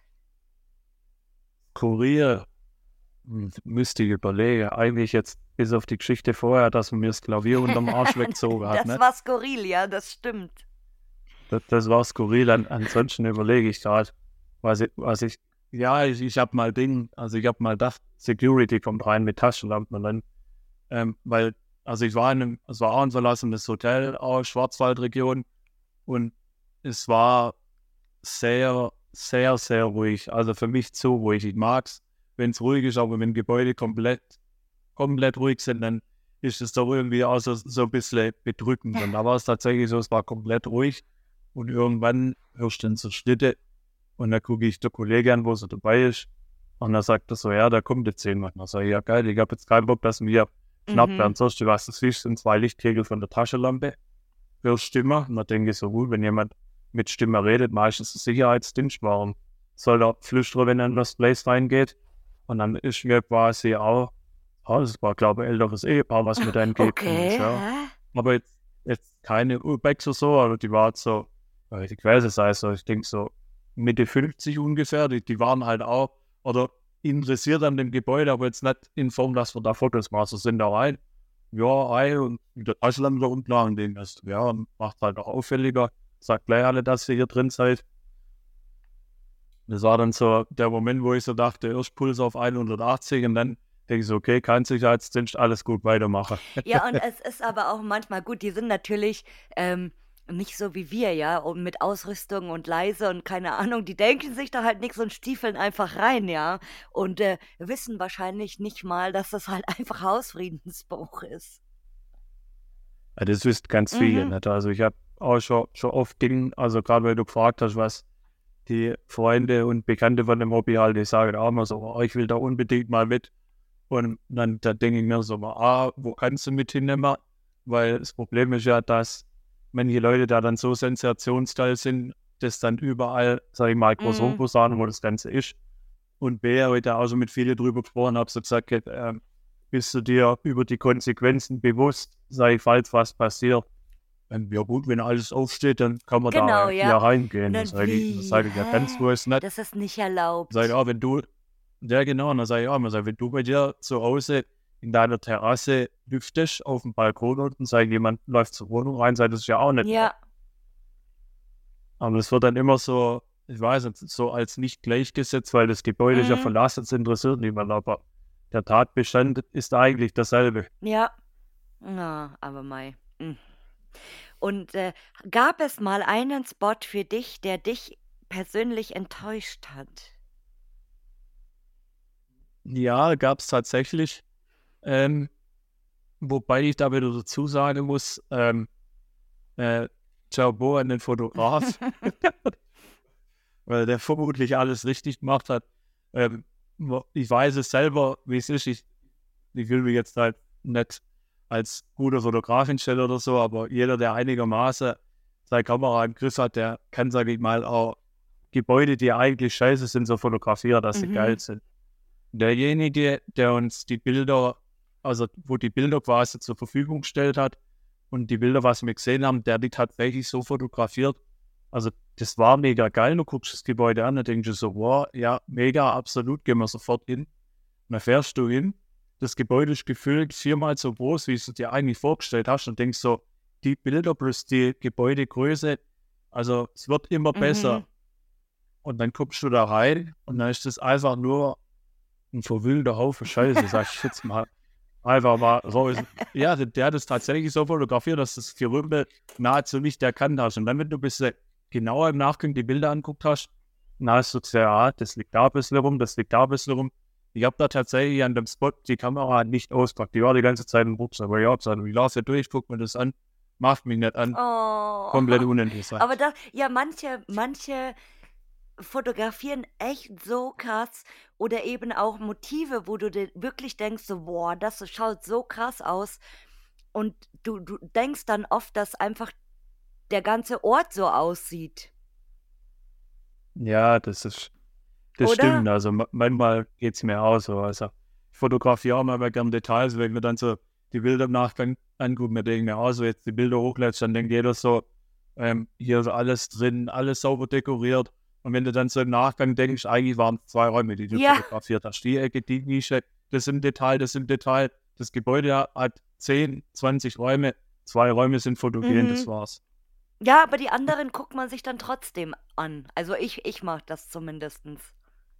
Kurier, hm, müsste ich überlegen. Eigentlich jetzt bis auf die Geschichte vorher, dass man mir das Klavier unterm Arsch weggezogen hat, Das ne? war skurril, ja, das stimmt. Das, das war skurril. An, ansonsten überlege ich gerade, was ich, was ich, ja, ich, ich habe mal Ding, also ich habe mal gedacht, Security kommt rein mit Taschenlampen und dann, ähm, weil, also ich war in einem, es war auch ein verlassenes Hotel, auch Schwarzwaldregion und es war sehr, sehr, sehr ruhig. Also für mich zu ruhig. Ich mag es, wenn es ruhig ist, aber wenn Gebäude komplett, komplett ruhig sind, dann ist es doch irgendwie auch so, so ein bisschen bedrückend. Und da war es tatsächlich so, es war komplett ruhig. Und irgendwann hörst du dann so Schritte und dann gucke ich der Kollege an, wo so dabei ist. Und dann sagt er so, ja, da kommt jetzt jemand. Und dann sage ich, ja geil, ich habe jetzt keinen Bock, dass mir schnappt Mhm. werden. Sonst, du was das siehst, sind zwei Lichtkegel von der Taschenlampe. Hörst Stimme. Und dann denke ich so, gut, wenn jemand mit Stimme redet, meistens ein Sicherheitsdienst, warum soll er flüstern, wenn er in das Place reingeht? Und dann ist mir quasi auch, oh, das war, glaube ich, ein älteres Ehepaar, was mit entgegengekommen ist, Okay, ja. hä? Aber jetzt, jetzt keine Urbex oder so, aber die war halt so, ich weiß es also, ich denke so Mitte fünfzig ungefähr, die, die waren halt auch, oder interessiert an dem Gebäude, aber jetzt nicht in Form, dass wir da Fotos machen. So sind da rein, ja, rein und mit der Taschenlampe umplagen, den das, ja, macht halt auch auffälliger, sagt gleich alle, dass ihr hier drin seid. Das war dann so der Moment, wo ich so dachte, erst Puls auf hundertachtzig und dann denke ich so, okay, kein Sicherheitsdienst, alles gut, weitermachen. Ja, und es ist aber auch manchmal gut, die sind natürlich ähm, nicht so wie wir, ja, und mit Ausrüstung und leise und keine Ahnung, die denken sich da halt nichts und stiefeln einfach rein, ja, und äh, wissen wahrscheinlich nicht mal, dass das halt einfach Hausfriedensbruch ist. Ja, das wisst ganz viele, Mhm. nicht? Also ich habe auch schon, schon oft Dinge, also gerade weil du gefragt hast, was die Freunde und Bekannte von dem Hobby halt, die sagen auch immer so, oh, ich will da unbedingt mal mit. Und dann da denke ich mir so mal, ah, wo kannst du mit hinnehmen? Weil das Problem ist ja, dass manche Leute da dann so sensationsgeil sind, dass dann überall, sage ich mal, groß Mhm. rumposaunen, wo das Ganze ist. Und B, heute auch schon mit vielen drüber gesprochen, habe so gesagt, äh, bist du dir über die Konsequenzen bewusst, sei falls was passiert. Ähm, ja gut, wenn alles aufsteht, dann kann man Genau, da ja ja. Und reingehen. Das dann sage ich, das wie? sage ich ja ganz Hä? bewusst nicht. Das ist nicht Sag ich, erlaubt. ja, wenn du, ja genau, und dann sage ich auch, sag, wenn du bei dir zu Hause in deiner Terrasse lüftest, auf dem Balkon unten, sag ich, jemand läuft zur Wohnung rein, sag, das ist ja auch nicht Ja. erlaubt. Aber das wird dann immer so, ich weiß nicht, so als nicht gleichgesetzt, weil das Gebäude ist ja Mhm. verlassen, das interessiert niemand, aber der Tatbestand ist eigentlich derselbe. Ja. Na, aber mei. Mm. Und äh, gab es mal einen Spot für dich, der dich persönlich enttäuscht hat? Ja, gab es tatsächlich, ähm, wobei ich da wieder dazu sagen muss, ähm, äh, Ciao an den Fotograf, weil der vermutlich alles richtig gemacht hat. Ähm, wo- ich weiß es selber, wie es ist. Ich, ich will mich jetzt halt nicht als guter Fotograf hinstellen oder so, aber jeder, der einigermaßen seine Kamera im Griff hat, der kann, sage ich mal, auch Gebäude, die eigentlich scheiße sind, so fotografieren, dass sie Mhm. geil sind. Derjenige, der uns die Bilder, also wo die Bilder quasi zur Verfügung gestellt hat und die Bilder, was wir gesehen haben, der die tatsächlich so fotografiert. Also das war mega geil. Du guckst das Gebäude an und denkst du so, wow, ja, mega, absolut, gehen wir sofort hin. Und dann fährst du hin, das Gebäude ist gefüllt viermal so groß, wie du dir eigentlich vorgestellt hast und denkst so, die Bilder plus die Gebäudegröße, also es wird immer besser. Mhm. Und dann guckst du da rein und dann ist das einfach nur ein verwühlter Haufen Scheiße, sag ich jetzt mal. Einfach mal so ist. Ja, der, der hat es tatsächlich so fotografiert, dass das Gerümpel nahezu nicht erkannt hast. Und dann, wenn du ein bisschen genauer im Nachgang die Bilder anguckt hast, dann hast du gesehen, ja, das liegt da ein bisschen rum, das liegt da ein bisschen rum. Ich habe da tatsächlich an dem Spot die Kamera nicht ausgepackt. Die war die ganze Zeit im Rucksack. Aber ja, ich gesagt, ich laufe durch, guck mir das an, macht mich nicht an, Oh. komplett Aber uninteressant. das, ja, manche, manche fotografieren echt so krass oder eben auch Motive, wo du dir wirklich denkst, so, boah, das schaut so krass aus. Und du, du denkst dann oft, dass einfach der ganze Ort so aussieht, Ja, das ist, das oder? stimmt. Also ma- manchmal geht es mir auch so. Also ich fotografiere auch mal gerne Details, wenn wir dann so die Bilder im Nachgang angucken, mir denke ich mir auch so, jetzt die Bilder hochlädst, dann denkt jeder so, ähm, hier ist alles drin, alles sauber dekoriert. Und wenn du dann so im Nachgang denkst, eigentlich waren es zwei Räume, die du Ja, fotografiert hast. Die Ecke, die Nische, das im Detail, das im Detail. Das Gebäude hat zehn, zwanzig Räume, zwei Räume sind fotogen, das mhm. war's. Ja, aber die anderen guckt man sich dann trotzdem an. Also ich, ich mache das zumindestens.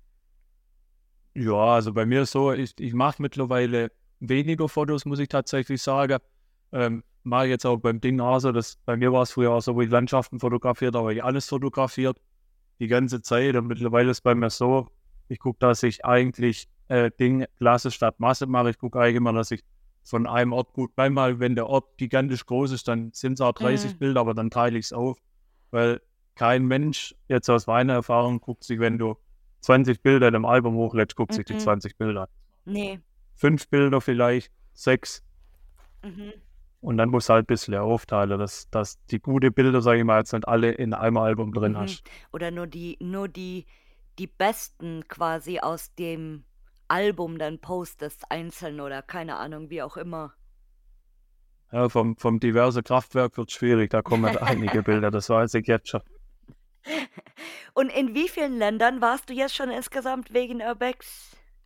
Ja, also bei mir ist so, ich, ich mache mittlerweile weniger Fotos, muss ich tatsächlich sagen. Ähm, mache jetzt auch beim Ding auch so, dass bei mir war es früher auch so, wo ich Landschaften fotografiert habe, ich alles fotografiert, die ganze Zeit. Und mittlerweile ist bei mir so, ich gucke, dass ich eigentlich äh, Ding Klasse statt Masse mache. Ich gucke eigentlich immer, dass ich von einem Ort gut, manchmal, wenn der Ort gigantisch groß ist, dann sind es auch dreißig Mhm. Bilder, aber dann teile ich es auf, weil kein Mensch, jetzt aus meiner Erfahrung, guckt sich, wenn du zwanzig Bilder in einem Album hochlädst, guckt sich die Mhm. zwanzig Bilder an. Nee. Fünf Bilder vielleicht, sechs. Mhm. Und dann musst du halt ein bisschen aufteilen, dass, dass die gute Bilder, sage ich mal, jetzt nicht alle in einem Album drin Mhm. hast. Oder nur die, nur die, die besten quasi aus dem Album dann postest, einzeln oder keine Ahnung, wie auch immer. Ja, vom, vom diverse Kraftwerk wird schwierig, da kommen einige Bilder, das weiß ich jetzt schon. Und in wie vielen Ländern warst du jetzt schon insgesamt wegen Urbex?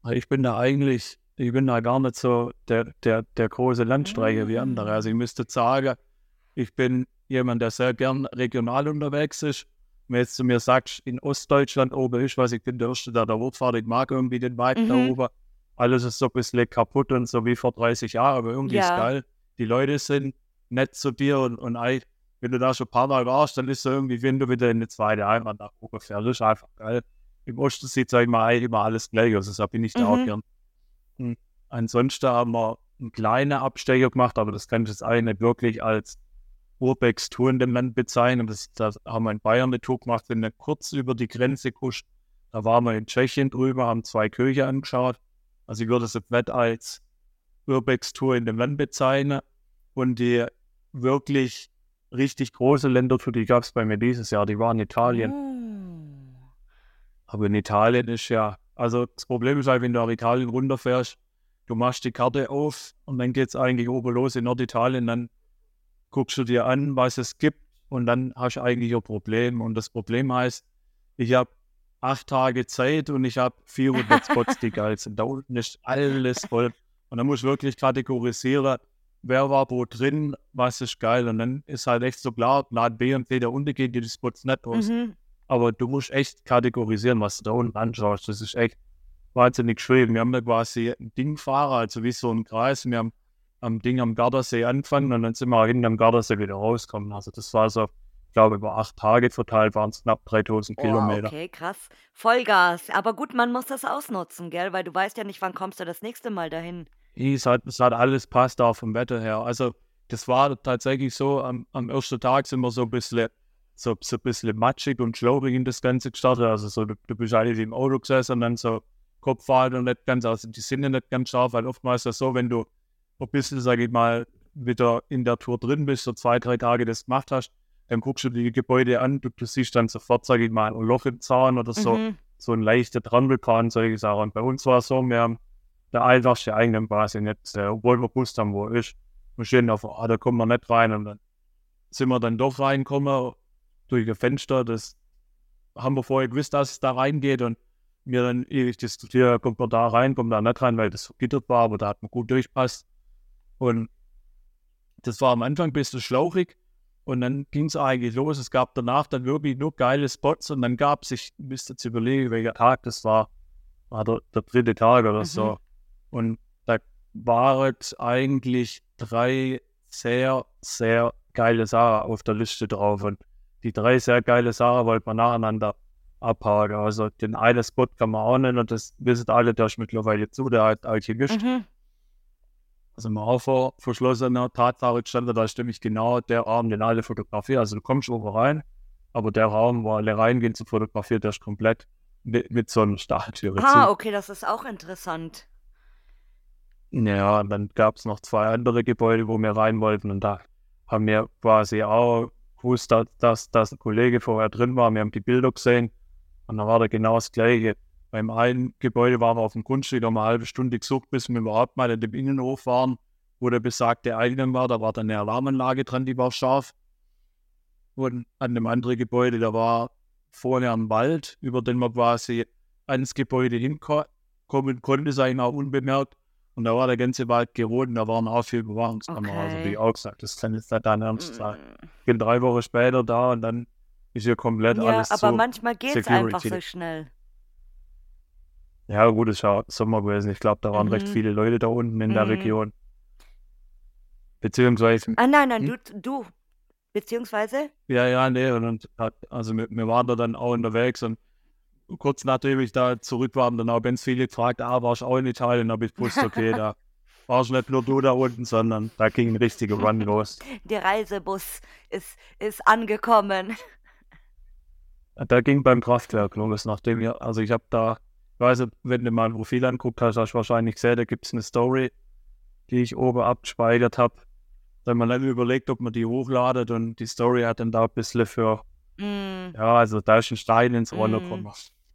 Ich bin da eigentlich, ich bin da gar nicht so der, der, der große Landstreicher wie andere. Also ich Mm. müsste sagen, ich bin jemand, der sehr gern regional unterwegs ist. Wenn jetzt zu mir sagst, in Ostdeutschland oben ist was, ich bin der Erste, der da hochfährt, ich mag irgendwie den Vibe da Mhm. oben. Alles ist so ein bisschen kaputt und so wie vor dreißig Jahren, aber irgendwie ist Ja. geil. Die Leute sind nett zu dir und, und eigentlich, wenn du da schon ein paar Mal warst, dann ist es so irgendwie, wenn du wieder in eine zweite Heimat nach oben fährst, das ist einfach geil. Im Osten sieht, sag ich mal, eigentlich immer alles gleich aus, deshalb bin ich da auch Mhm. gern. Hm. Ansonsten haben wir einen kleinen Abstecher gemacht, aber das kann ich jetzt eigentlich nicht wirklich als Urbex-Tour in dem Land bezeichnen. Das, das haben wir in Bayern eine Tour gemacht, sind dann kurz über die Grenze gekuscht. Da waren wir in Tschechien drüber, haben zwei Kirchen angeschaut. Also ich würde es jetzt nicht als Urbex-Tour in dem Land bezeichnen. Und die wirklich richtig große Ländertour, die gab es bei mir dieses Jahr, die waren in Italien. Oh. Aber in Italien ist ja, also das Problem ist halt, wenn du nach Italien runterfährst, du machst die Karte auf und dann geht es eigentlich oben los in Norditalien, dann guckst du dir an, was es gibt und dann hast du eigentlich ein Problem. Und das Problem heißt, ich habe acht Tage Zeit und ich habe vierhundert Spots, die geil sind. Da unten ist alles voll. Und dann musst du wirklich kategorisieren, wer war wo drin, was ist geil. Und dann ist halt echt so klar, Plan B und C, da unten gehen dir die Spots nicht aus. Mhm. Aber du musst echt kategorisieren, was du da unten anschaust. Das ist echt wahnsinnig schwierig. Wir haben da quasi ein Dingfahrer, also wie so ein Kreis. Wir haben am Ding am Gardasee angefangen und dann sind wir hinten am Gardasee wieder rausgekommen. Also das war so, ich glaube, über acht Tage verteilt waren es knapp dreitausend Oh, Kilometer. okay, krass. Vollgas. Aber gut, man muss das ausnutzen, gell? Weil du weißt ja nicht, wann kommst du das nächste Mal dahin. Es hat, es hat alles passt auch vom Wetter her. Also das war tatsächlich so, am, am ersten Tag sind wir so ein bisschen, so, so ein bisschen matschig und schlauchig in das Ganze gestartet. Also so, du, du bist eigentlich im Auto gesessen und dann so Kopfhalter nicht ganz, also die Sinne nicht ganz scharf, weil oftmals ist das so, wenn du ein bisschen, sage ich mal, wieder in der Tour drin bist, so zwei, drei Tage das gemacht hast, dann guckst du die Gebäude an, du, du siehst dann sofort, sage ich mal, ein Loch im Zaun oder so, Mhm. so ein leichter Trampelplan, solche Sachen. Und bei uns war es so, wir haben der einfachste eigenen quasi nicht, äh, obwohl wir gewusst haben, wo er ist. Wir stehen auf, ah, da kommen wir nicht rein und dann sind wir dann doch reingekommen durch ein Fenster, das haben wir vorher gewusst, dass es da reingeht und wir dann ewig diskutieren, kommt man da rein, kommt da nicht rein, weil das vergittert war, aber da hat man gut durchpasst. Und das war am Anfang ein bisschen schlauchig und dann ging es eigentlich los. Es gab danach dann wirklich nur geile Spots und dann gab es, ich müsste jetzt überlegen, welcher Tag das war, war der, der dritte Tag oder Mhm. so. Und da waren eigentlich drei sehr, sehr geile Sachen auf der Liste drauf. Und die drei sehr geile Sachen wollte man nacheinander abhaken. Also den einen Spot kann man auch nennen und das wissen alle, der ist mittlerweile zu, der hat Alchemist. Mhm. Also man auch vor verschlossener Tatsache stand, da ist nämlich genau der Raum, den alle fotografieren. Also du kommst oben rein, aber der Raum, wo alle reingehen zu fotografieren, der ist komplett mit, mit so einer Stahltüre Ah, zu. okay, das ist auch interessant. Ja, und dann gab es noch zwei andere Gebäude, wo wir rein wollten und da haben wir quasi auch gewusst, dass, dass, dass ein Kollege vorher drin war. Wir haben die Bilder gesehen und dann war da genau das Gleiche. Beim einen Gebäude waren wir auf dem Grundstück, haben wir eine halbe Stunde gesucht, bis wir überhaupt mal in dem Innenhof waren, wo der besagte Eingang war. Da war dann eine Alarmanlage dran, die war scharf. Und an dem anderen Gebäude, da war vorne ein Wald, über den man quasi ans Gebäude hinkommen konnte, ist eigentlich auch unbemerkt. Und da war der ganze Wald gerodet, da waren auch viele Überwachungskameras, also wie Okay. auch gesagt, das kann jetzt nicht dein Ernst sein. Mm. Ich bin drei Wochen später da und dann ist hier komplett Ja, alles aber zu. manchmal geht's einfach so Security. schnell. Ja, gut, es war Sommer gewesen. Ich glaube, da waren recht Mhm. viele Leute da unten in der Mhm. Region. Beziehungsweise, Ah, nein, nein, hm? du, du, beziehungsweise? Ja, ja, nee, und, und hat, also wir, wir waren da dann auch unterwegs und kurz nachdem ich da zurück war, haben dann auch ganz viele gefragt, ah, warst du auch in Italien? Da habe ich gewusst, okay, da warst nicht nur du da unten, sondern da ging ein richtiger Run los. Der Reisebus ist, ist angekommen. Da ging beim Kraftwerk los, nachdem wir, also ich habe da, ich weiß nicht, wenn du mal ein Profil anguckt hast, hast du wahrscheinlich gesehen, da gibt es eine Story, die ich oben abgespeichert habe. Da haben wir dann überlegt, ob man die hochladet und die Story hat dann da ein bisschen für, Mm. ja, also da ist ein Stein ins Rollen Mm. gekommen.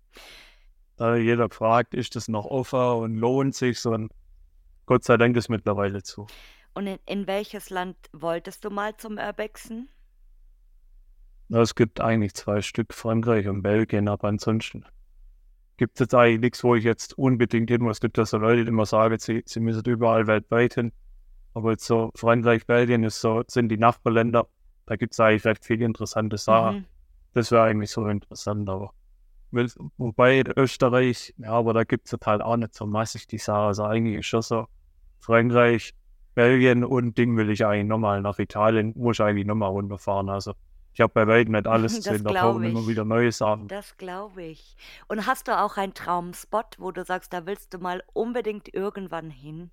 Da hat jeder fragt, ist das noch offen und lohnt sich und Gott sei Dank ist mittlerweile zu. Und in, in welches Land wolltest du mal zum Urbexen? Ja, es gibt eigentlich zwei Stück, Frankreich und Belgien, aber ansonsten gibt es jetzt eigentlich nichts, wo ich jetzt unbedingt hin muss. Es gibt ja so Leute, die immer sagen, sie, sie müssen überall weltweit hin. Aber jetzt so Frankreich, Belgien ist so, sind die Nachbarländer, da gibt es eigentlich recht viele interessante Sachen. Mhm. Das wäre eigentlich so interessant, aber will- wobei in Österreich, ja, aber da gibt es halt auch nicht so massig die Sachen. Also eigentlich ist schon so Frankreich, Belgien und Ding will ich eigentlich nochmal nach Italien, muss ich eigentlich nochmal runterfahren. Also ich habe bei weitem nicht alles Das gesehen, da kommen glaube immer ich. wieder neue Sachen. Das glaube ich. Und hast du auch einen Traumspot, wo du sagst, da willst du mal unbedingt irgendwann hin?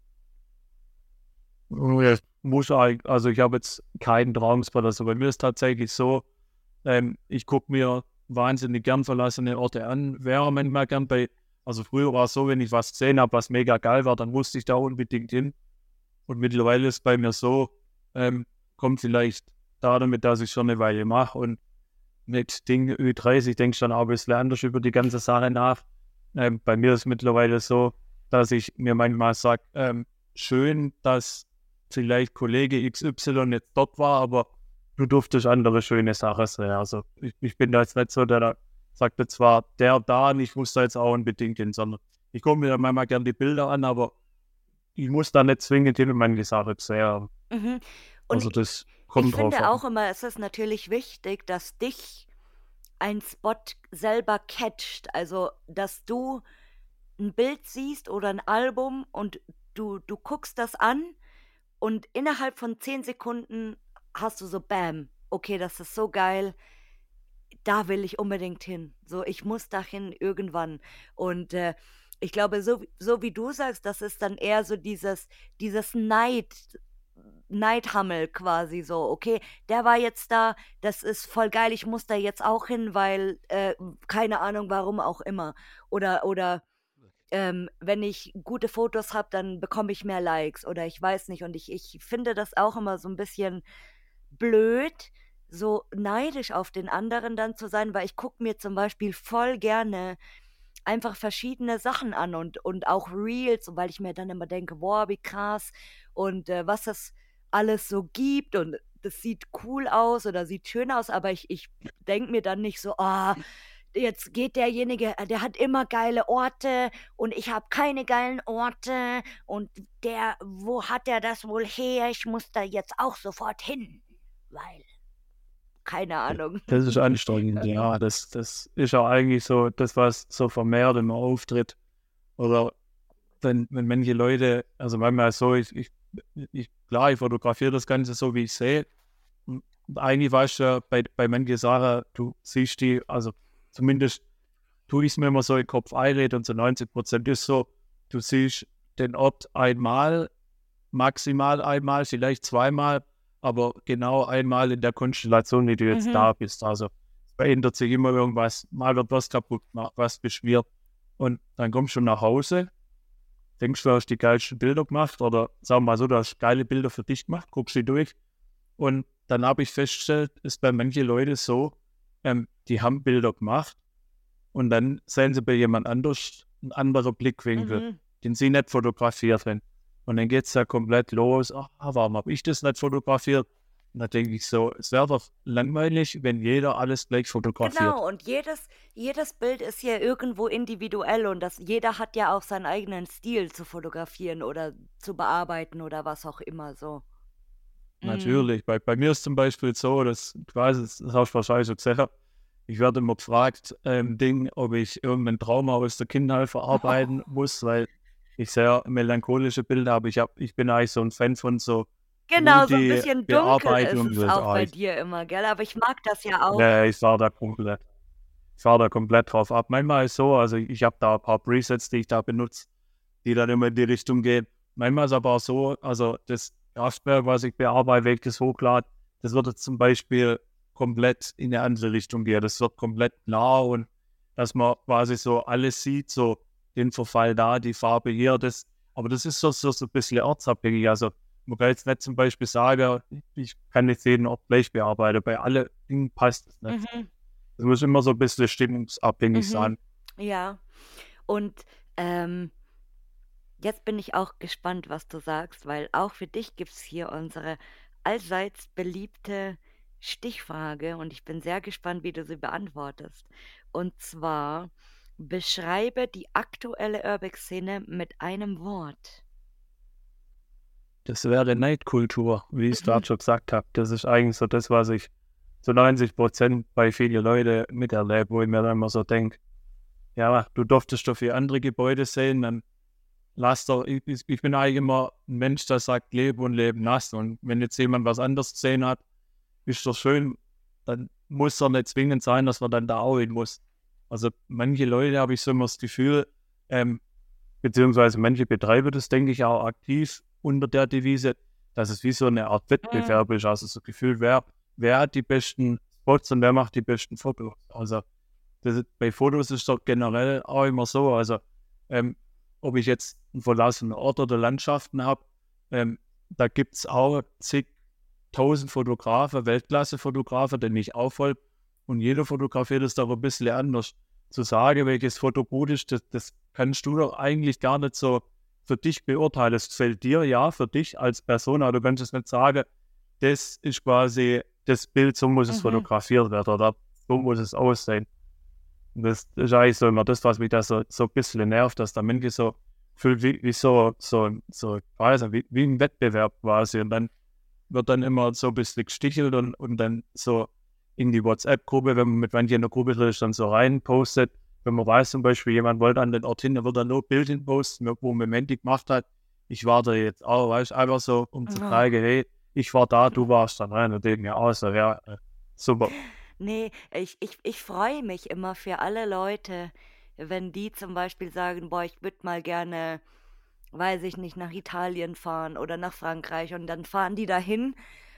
Ja, muss eigentlich, also ich habe jetzt keinen Traumspot. Also bei mir ist tatsächlich so, ähm, ich gucke mir wahnsinnig gern verlassene Orte an, wäre manchmal gern bei, also früher war es so, wenn ich was gesehen habe, was mega geil war, dann musste ich da unbedingt hin. Und mittlerweile ist bei mir so, ähm, kommt vielleicht da damit, dass ich schon eine Weile mache und mit Ding Ü dreißig denkst du dann auch ein bisschen anders über die ganze Sache nach. Ähm, bei mir ist mittlerweile so, dass ich mir manchmal sage, ähm, schön, dass vielleicht Kollege X Y jetzt dort war, aber du durftest andere schöne Sachen sehen. Also ich, ich bin da jetzt nicht so, der da sagt, jetzt war der da und ich muss da jetzt auch unbedingt hin, sondern ich gucke mir dann manchmal gerne die Bilder an, aber ich muss da nicht zwingend hin, um manche Sachen zu sehen. Mhm. Und Also das ich kommt drauf finde an. auch immer, es ist natürlich wichtig, dass dich ein Spot selber catcht. Also, dass du ein Bild siehst oder ein Album und du du guckst das an und innerhalb von zehn Sekunden hast du so: „Bam, okay, das ist so geil, da will ich unbedingt hin. So, ich muss dahin irgendwann.“ Und, äh, ich glaube, so wie so wie du sagst, das ist dann eher so dieses dieses Neid Neidhammel quasi so: „Okay, der war jetzt da, das ist voll geil, ich muss da jetzt auch hin, weil, äh, keine Ahnung, warum auch immer.“ Oder oder, ähm, wenn ich gute Fotos habe, dann bekomme ich mehr Likes oder ich weiß nicht. Und ich ich finde das auch immer so ein bisschen blöd, so neidisch auf den anderen dann zu sein, weil ich gucke mir zum Beispiel voll gerne einfach verschiedene Sachen an und und auch Reels, weil ich mir dann immer denke: „Boah, wie krass und, äh, was es alles so gibt und das sieht cool aus oder sieht schön aus“, aber ich ich denke mir dann nicht so: „Ah, jetzt geht derjenige äh, der hat immer geile Orte und ich habe keine geilen Orte und der wo hat der das wohl her? Ich muss da jetzt auch sofort hin, weil keine Ahnung.“ Das ist anstrengend, ja. Das, das ist ja eigentlich so das, was so vermehrt immer auftritt. Oder wenn, wenn manche Leute, also manchmal ist so, ich, ich, ich klar, ich fotografiere das Ganze so, wie ich sehe. Und eigentlich weißt du ja, bei, bei manchen Sachen, du siehst die, also zumindest tue ich es mir immer so im Kopf einreden und so neunzig Prozent ist so, du siehst den Ort einmal, maximal einmal, vielleicht zweimal, aber genau einmal in der Konstellation, wie du jetzt Mhm, da bist. Also es verändert sich immer irgendwas, mal wird was kaputt gemacht, was beschmiert. Und dann kommst du nach Hause, denkst du, hast die geilsten Bilder gemacht oder sagen wir mal so, du hast geile Bilder für dich gemacht, guckst die durch. Und dann habe ich festgestellt, ist bei manchen Leuten so, ähm, die haben Bilder gemacht und dann sehen sie bei jemand anders ein anderer Blickwinkel, mhm. den sie nicht fotografiert haben. Und dann geht es ja komplett los. Ah, warum habe ich das nicht fotografiert? Und da denke ich so, es wäre doch langweilig, wenn jeder alles gleich fotografiert. Genau, und jedes jedes Bild ist ja irgendwo individuell und das jeder hat ja auch seinen eigenen Stil zu fotografieren oder zu bearbeiten oder was auch immer so. Mhm. Natürlich. Bei, bei mir ist zum Beispiel so, dass, ich weiß, das, das hast du wahrscheinlich schon gesagt, ich werde immer gefragt, ähm, Ding, ob ich irgendein Trauma aus der Kindheit verarbeiten muss, weil ich sehr melancholische Bilder habe. Ich, hab, ich bin eigentlich so ein Fan von so Genau, so 'n moody bisschen dunkel ist Bearbeitung. es Das, auch ah, bei ich, dir immer, gell? Aber ich mag das ja auch. nee, ich fahre da komplett, ich fahre da komplett drauf ab. Manchmal ist so, also ich, ich habe da ein paar Presets, die ich da benutze, die dann immer in die Richtung gehen. Manchmal ist aber auch so, also das Kraftwerk, was ich bearbeite, wenn ich das hochlade, das wird jetzt zum Beispiel komplett in eine andere Richtung gehen. Das wird komplett klar und dass man quasi so alles sieht, so den Verfall da, die Farbe hier, das, aber das ist so, so, so ein bisschen ortsabhängig. Also man kann jetzt nicht zum Beispiel sagen, ich kann nicht jeden Ort gleich bearbeiten. Bei allen Dingen passt es nicht. Mhm, Das muss immer so ein bisschen stimmungsabhängig mhm, sein. ja. Und, ähm, jetzt bin ich auch gespannt, was du sagst, weil auch für dich gibt's hier unsere allseits beliebte Stichfrage und ich bin sehr gespannt, wie du sie beantwortest. Und zwar Beschreibe die aktuelle Urbex-Szene mit einem Wort. Das wäre Neidkultur, wie ich es gerade schon gesagt habe. Das ist eigentlich so das, was ich zu neunzig Prozent bei vielen Leuten miterlebe, wo ich mir dann immer so denke, ja, du durftest doch für andere Gebäude sehen, dann lass doch, ich, ich bin eigentlich immer ein Mensch, der sagt, lebe und leben lassen. Und wenn jetzt jemand was anderes gesehen hat, ist doch schön, dann muss er nicht zwingend sein, dass man dann da auch hin muss. Also manche Leute habe ich so immer das Gefühl, ähm, beziehungsweise manche Betreiber, das denke ich auch aktiv unter der Devise, dass es wie so eine Art Wettbewerb ist. Also so Gefühl, wer, wer hat die besten Spots und wer macht die besten Fotos. Also das ist, bei Fotos ist doch generell auch immer so, also ähm, ob ich jetzt einen verlassenen Ort oder Landschaften habe, ähm, da gibt es auch zigtausend Fotografen, Weltklasse-Fotografen, denen ich auffolge und jeder fotografiert es doch ein bisschen anders. Zu sagen, welches Foto gut ist, das, das kannst du doch eigentlich gar nicht so für dich beurteilen. Es gefällt dir, ja, für dich als Person, aber du kannst es nicht sagen, das ist quasi das Bild, so muss es Mhm. fotografiert werden oder so muss es aussehen. Und das ist eigentlich so immer das, was mich da so, so ein bisschen nervt, dass da manche so fühlt wie, wie so, so, so weiß nicht, wie, wie ein Wettbewerb quasi. Und dann wird dann immer so ein bisschen gestichelt und, und dann so in die WhatsApp-Gruppe, wenn man mit manchen in der Gruppe drin ist, dann so rein postet. Wenn man weiß zum Beispiel, jemand wollte an den Ort hin, dann wird er nur Bild hin posten, wo man Menti gemacht hat. Ich war da jetzt auch, weißt du, einfach so, um zu Oh. zeigen, hey, ich war da, du warst dann rein und denke mir auch so, ja, äh, super. Nee, ich, ich, ich freue mich immer für alle Leute, wenn die zum Beispiel sagen, boah, ich würde mal gerne, weiß ich nicht, nach Italien fahren oder nach Frankreich und dann fahren die dahin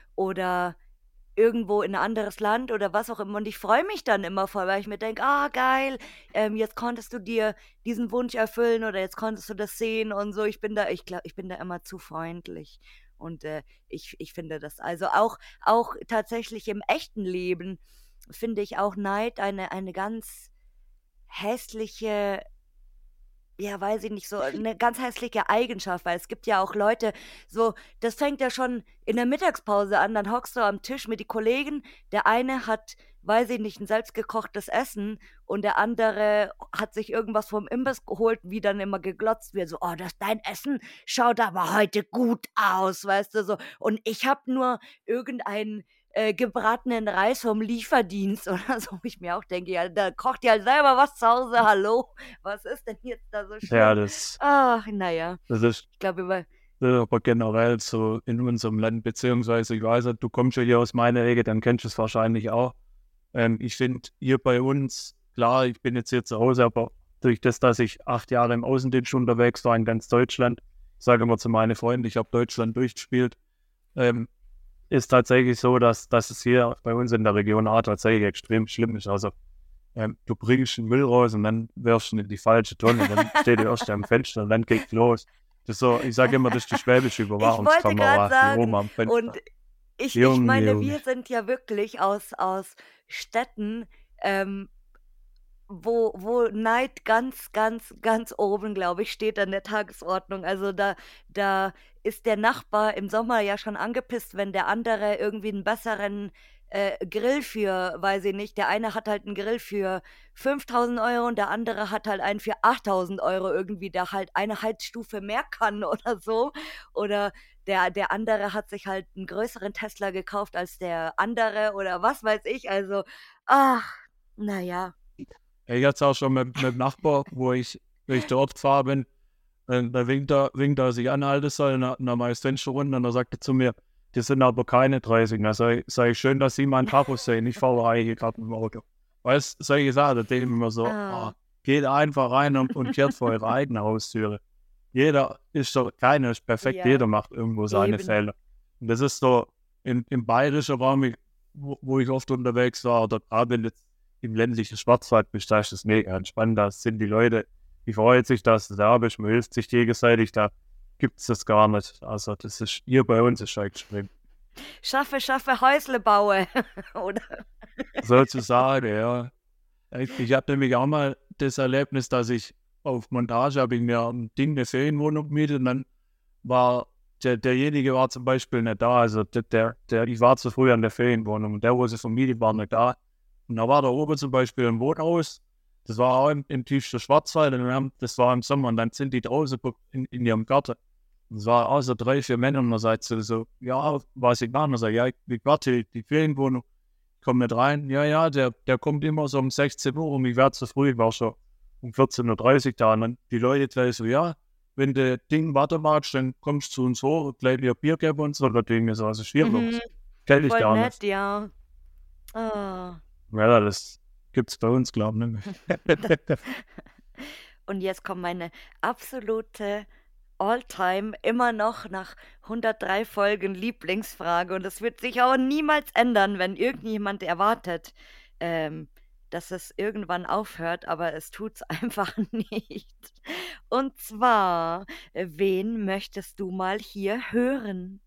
oder irgendwo in ein anderes Land oder was auch immer und ich freue mich dann immer voll, weil ich mir denke, ah, geil, ähm, jetzt konntest du dir diesen Wunsch erfüllen oder jetzt konntest du das sehen und so. Ich bin da, ich glaube, ich bin da immer zu freundlich und äh, ich, ich finde das also auch, auch tatsächlich im echten Leben finde ich auch Neid eine, eine ganz hässliche, ja, weiß ich nicht, so eine ganz hässliche Eigenschaft, weil es gibt ja auch Leute, so, das fängt ja schon in der Mittagspause an, dann hockst du am Tisch mit die Kollegen, der eine hat, weiß ich nicht, ein selbstgekochtes Essen und der andere hat sich irgendwas vom Imbiss geholt, wie dann immer geglotzt wird, so, oh, das dein Essen schaut aber heute gut aus, weißt du, so, und ich hab nur irgendeinen äh, gebratenen Reis vom Lieferdienst oder so, wo ich mir auch denke, ja, da kocht ja selber was zu Hause, hallo, was ist denn jetzt da so Ja, schlimm? das, Ach, naja, das ist ich glaube über, das ist aber generell so in unserem Land, beziehungsweise ich weiß nicht, du kommst ja hier aus meiner Ecke, dann kennst du es wahrscheinlich auch. Ähm, ich finde hier bei uns, klar, ich bin jetzt hier zu Hause, aber durch das, dass ich acht Jahre im Außendienst unterwegs war in ganz Deutschland, ich sage immer zu meinen Freunden, ich habe Deutschland durchgespielt, ähm, ist tatsächlich so, dass, dass es hier bei uns in der Region auch tatsächlich extrem schlimm ist. Also ähm, du bringst den Müll raus und dann wirfst du ihn in die falsche Tonne, dann steht er erst am Fenster und dann geht's los. Das ist so, ich sage immer, das ist die schwäbische ich wollte gerade Überwachungskamera, die oben sagen, am Fenster. und ich, ich Junge, meine, Junge. wir sind ja wirklich aus, aus Städten, ähm, wo, wo Neid ganz, ganz, ganz oben, glaube ich, steht an der Tagesordnung. Also da, da ist der Nachbar im Sommer ja schon angepisst, wenn der andere irgendwie einen besseren äh, Grill für, weiß ich nicht, der eine hat halt einen Grill für fünftausend Euro und der andere hat halt einen für achttausend Euro irgendwie, der halt eine Heizstufe mehr kann oder so. Oder der, der andere hat sich halt einen größeren Tesla gekauft als der andere oder was weiß ich. Also, ach, naja. Ich hatte es auch schon mit, mit dem Nachbar, wo ich, wo ich dort gefahren bin, dann, da winkt er, winkt er, dass ich anhalten soll, und dann, dann mache ich das Fenster runter und er sagte zu mir, die sind aber keine dreißig. Da sage ich, sag ich, schön, dass Sie meinen Tacho sehen, ich fahre eigentlich gerade mit dem Auto. Weißt du, solche Sachen, da denke ich mir so, Ah. oh, geht einfach rein und, und kehrt vor eure eigene Haustüre. Jeder ist doch, keiner ist perfekt, Ja, jeder macht irgendwo seine eben. Fehler. Und das ist so im, im bayerischen Raum, ich- wo, wo ich oft unterwegs war, oder gerade wenn du jetzt im ländlichen Schwarzwald bist, da ist das mega entspannt, da sind die Leute, die freuen sich, dass du da bist, man hilft sich gegenseitig, da gibt es das gar nicht. Also das ist, hier bei uns ist schon extrem. Schaffe, schaffe, Häusle baue. Oder? Sozusagen, ja. Ich, ich habe nämlich auch mal das Erlebnis, dass ich auf Montage habe ich mir ein Ding, eine Ferienwohnung gemietet und dann war der, derjenige war zum Beispiel nicht da. Also der, der, der, ich war zu früh an der Ferienwohnung und der, wo sie vermietet war, nicht da. Und da war da oben zum Beispiel ein Wohnhaus, Das war auch im, im tiefsten Schwarzwald. Und wir haben, das war im Sommer. Und dann sind die draußen in, in ihrem Garten. Und es waren auch so drei, vier Männer. Und dann sagt sie so, ja, was ich mache. Und ich sage, ja, ich, ich warte die Ferienwohnung. Ich komme nicht rein. Ja, ja, der, der kommt immer so um sechzehn Uhr. Und ich werde zu früh. Ich war schon um vierzehn Uhr dreißig da. Und dann die Leute gleich so, ja, wenn du Ding warten magst, dann kommst du zu uns hoch und gleich dir Bier geben und so. Da denke ich mir so, was ist hier Mhm. los? Kenn ich Voll gar nett, nicht. ja. Ah. Ja, das gibt's bei uns, glaube ich, nicht mehr. Und jetzt kommt meine absolute All-Time, immer noch nach hundertdrei Folgen Lieblingsfrage. Und das wird sich auch niemals ändern, wenn irgendjemand erwartet, ähm, dass es irgendwann aufhört, aber es tut's einfach nicht. Und zwar, äh, wen möchtest du mal hier hören?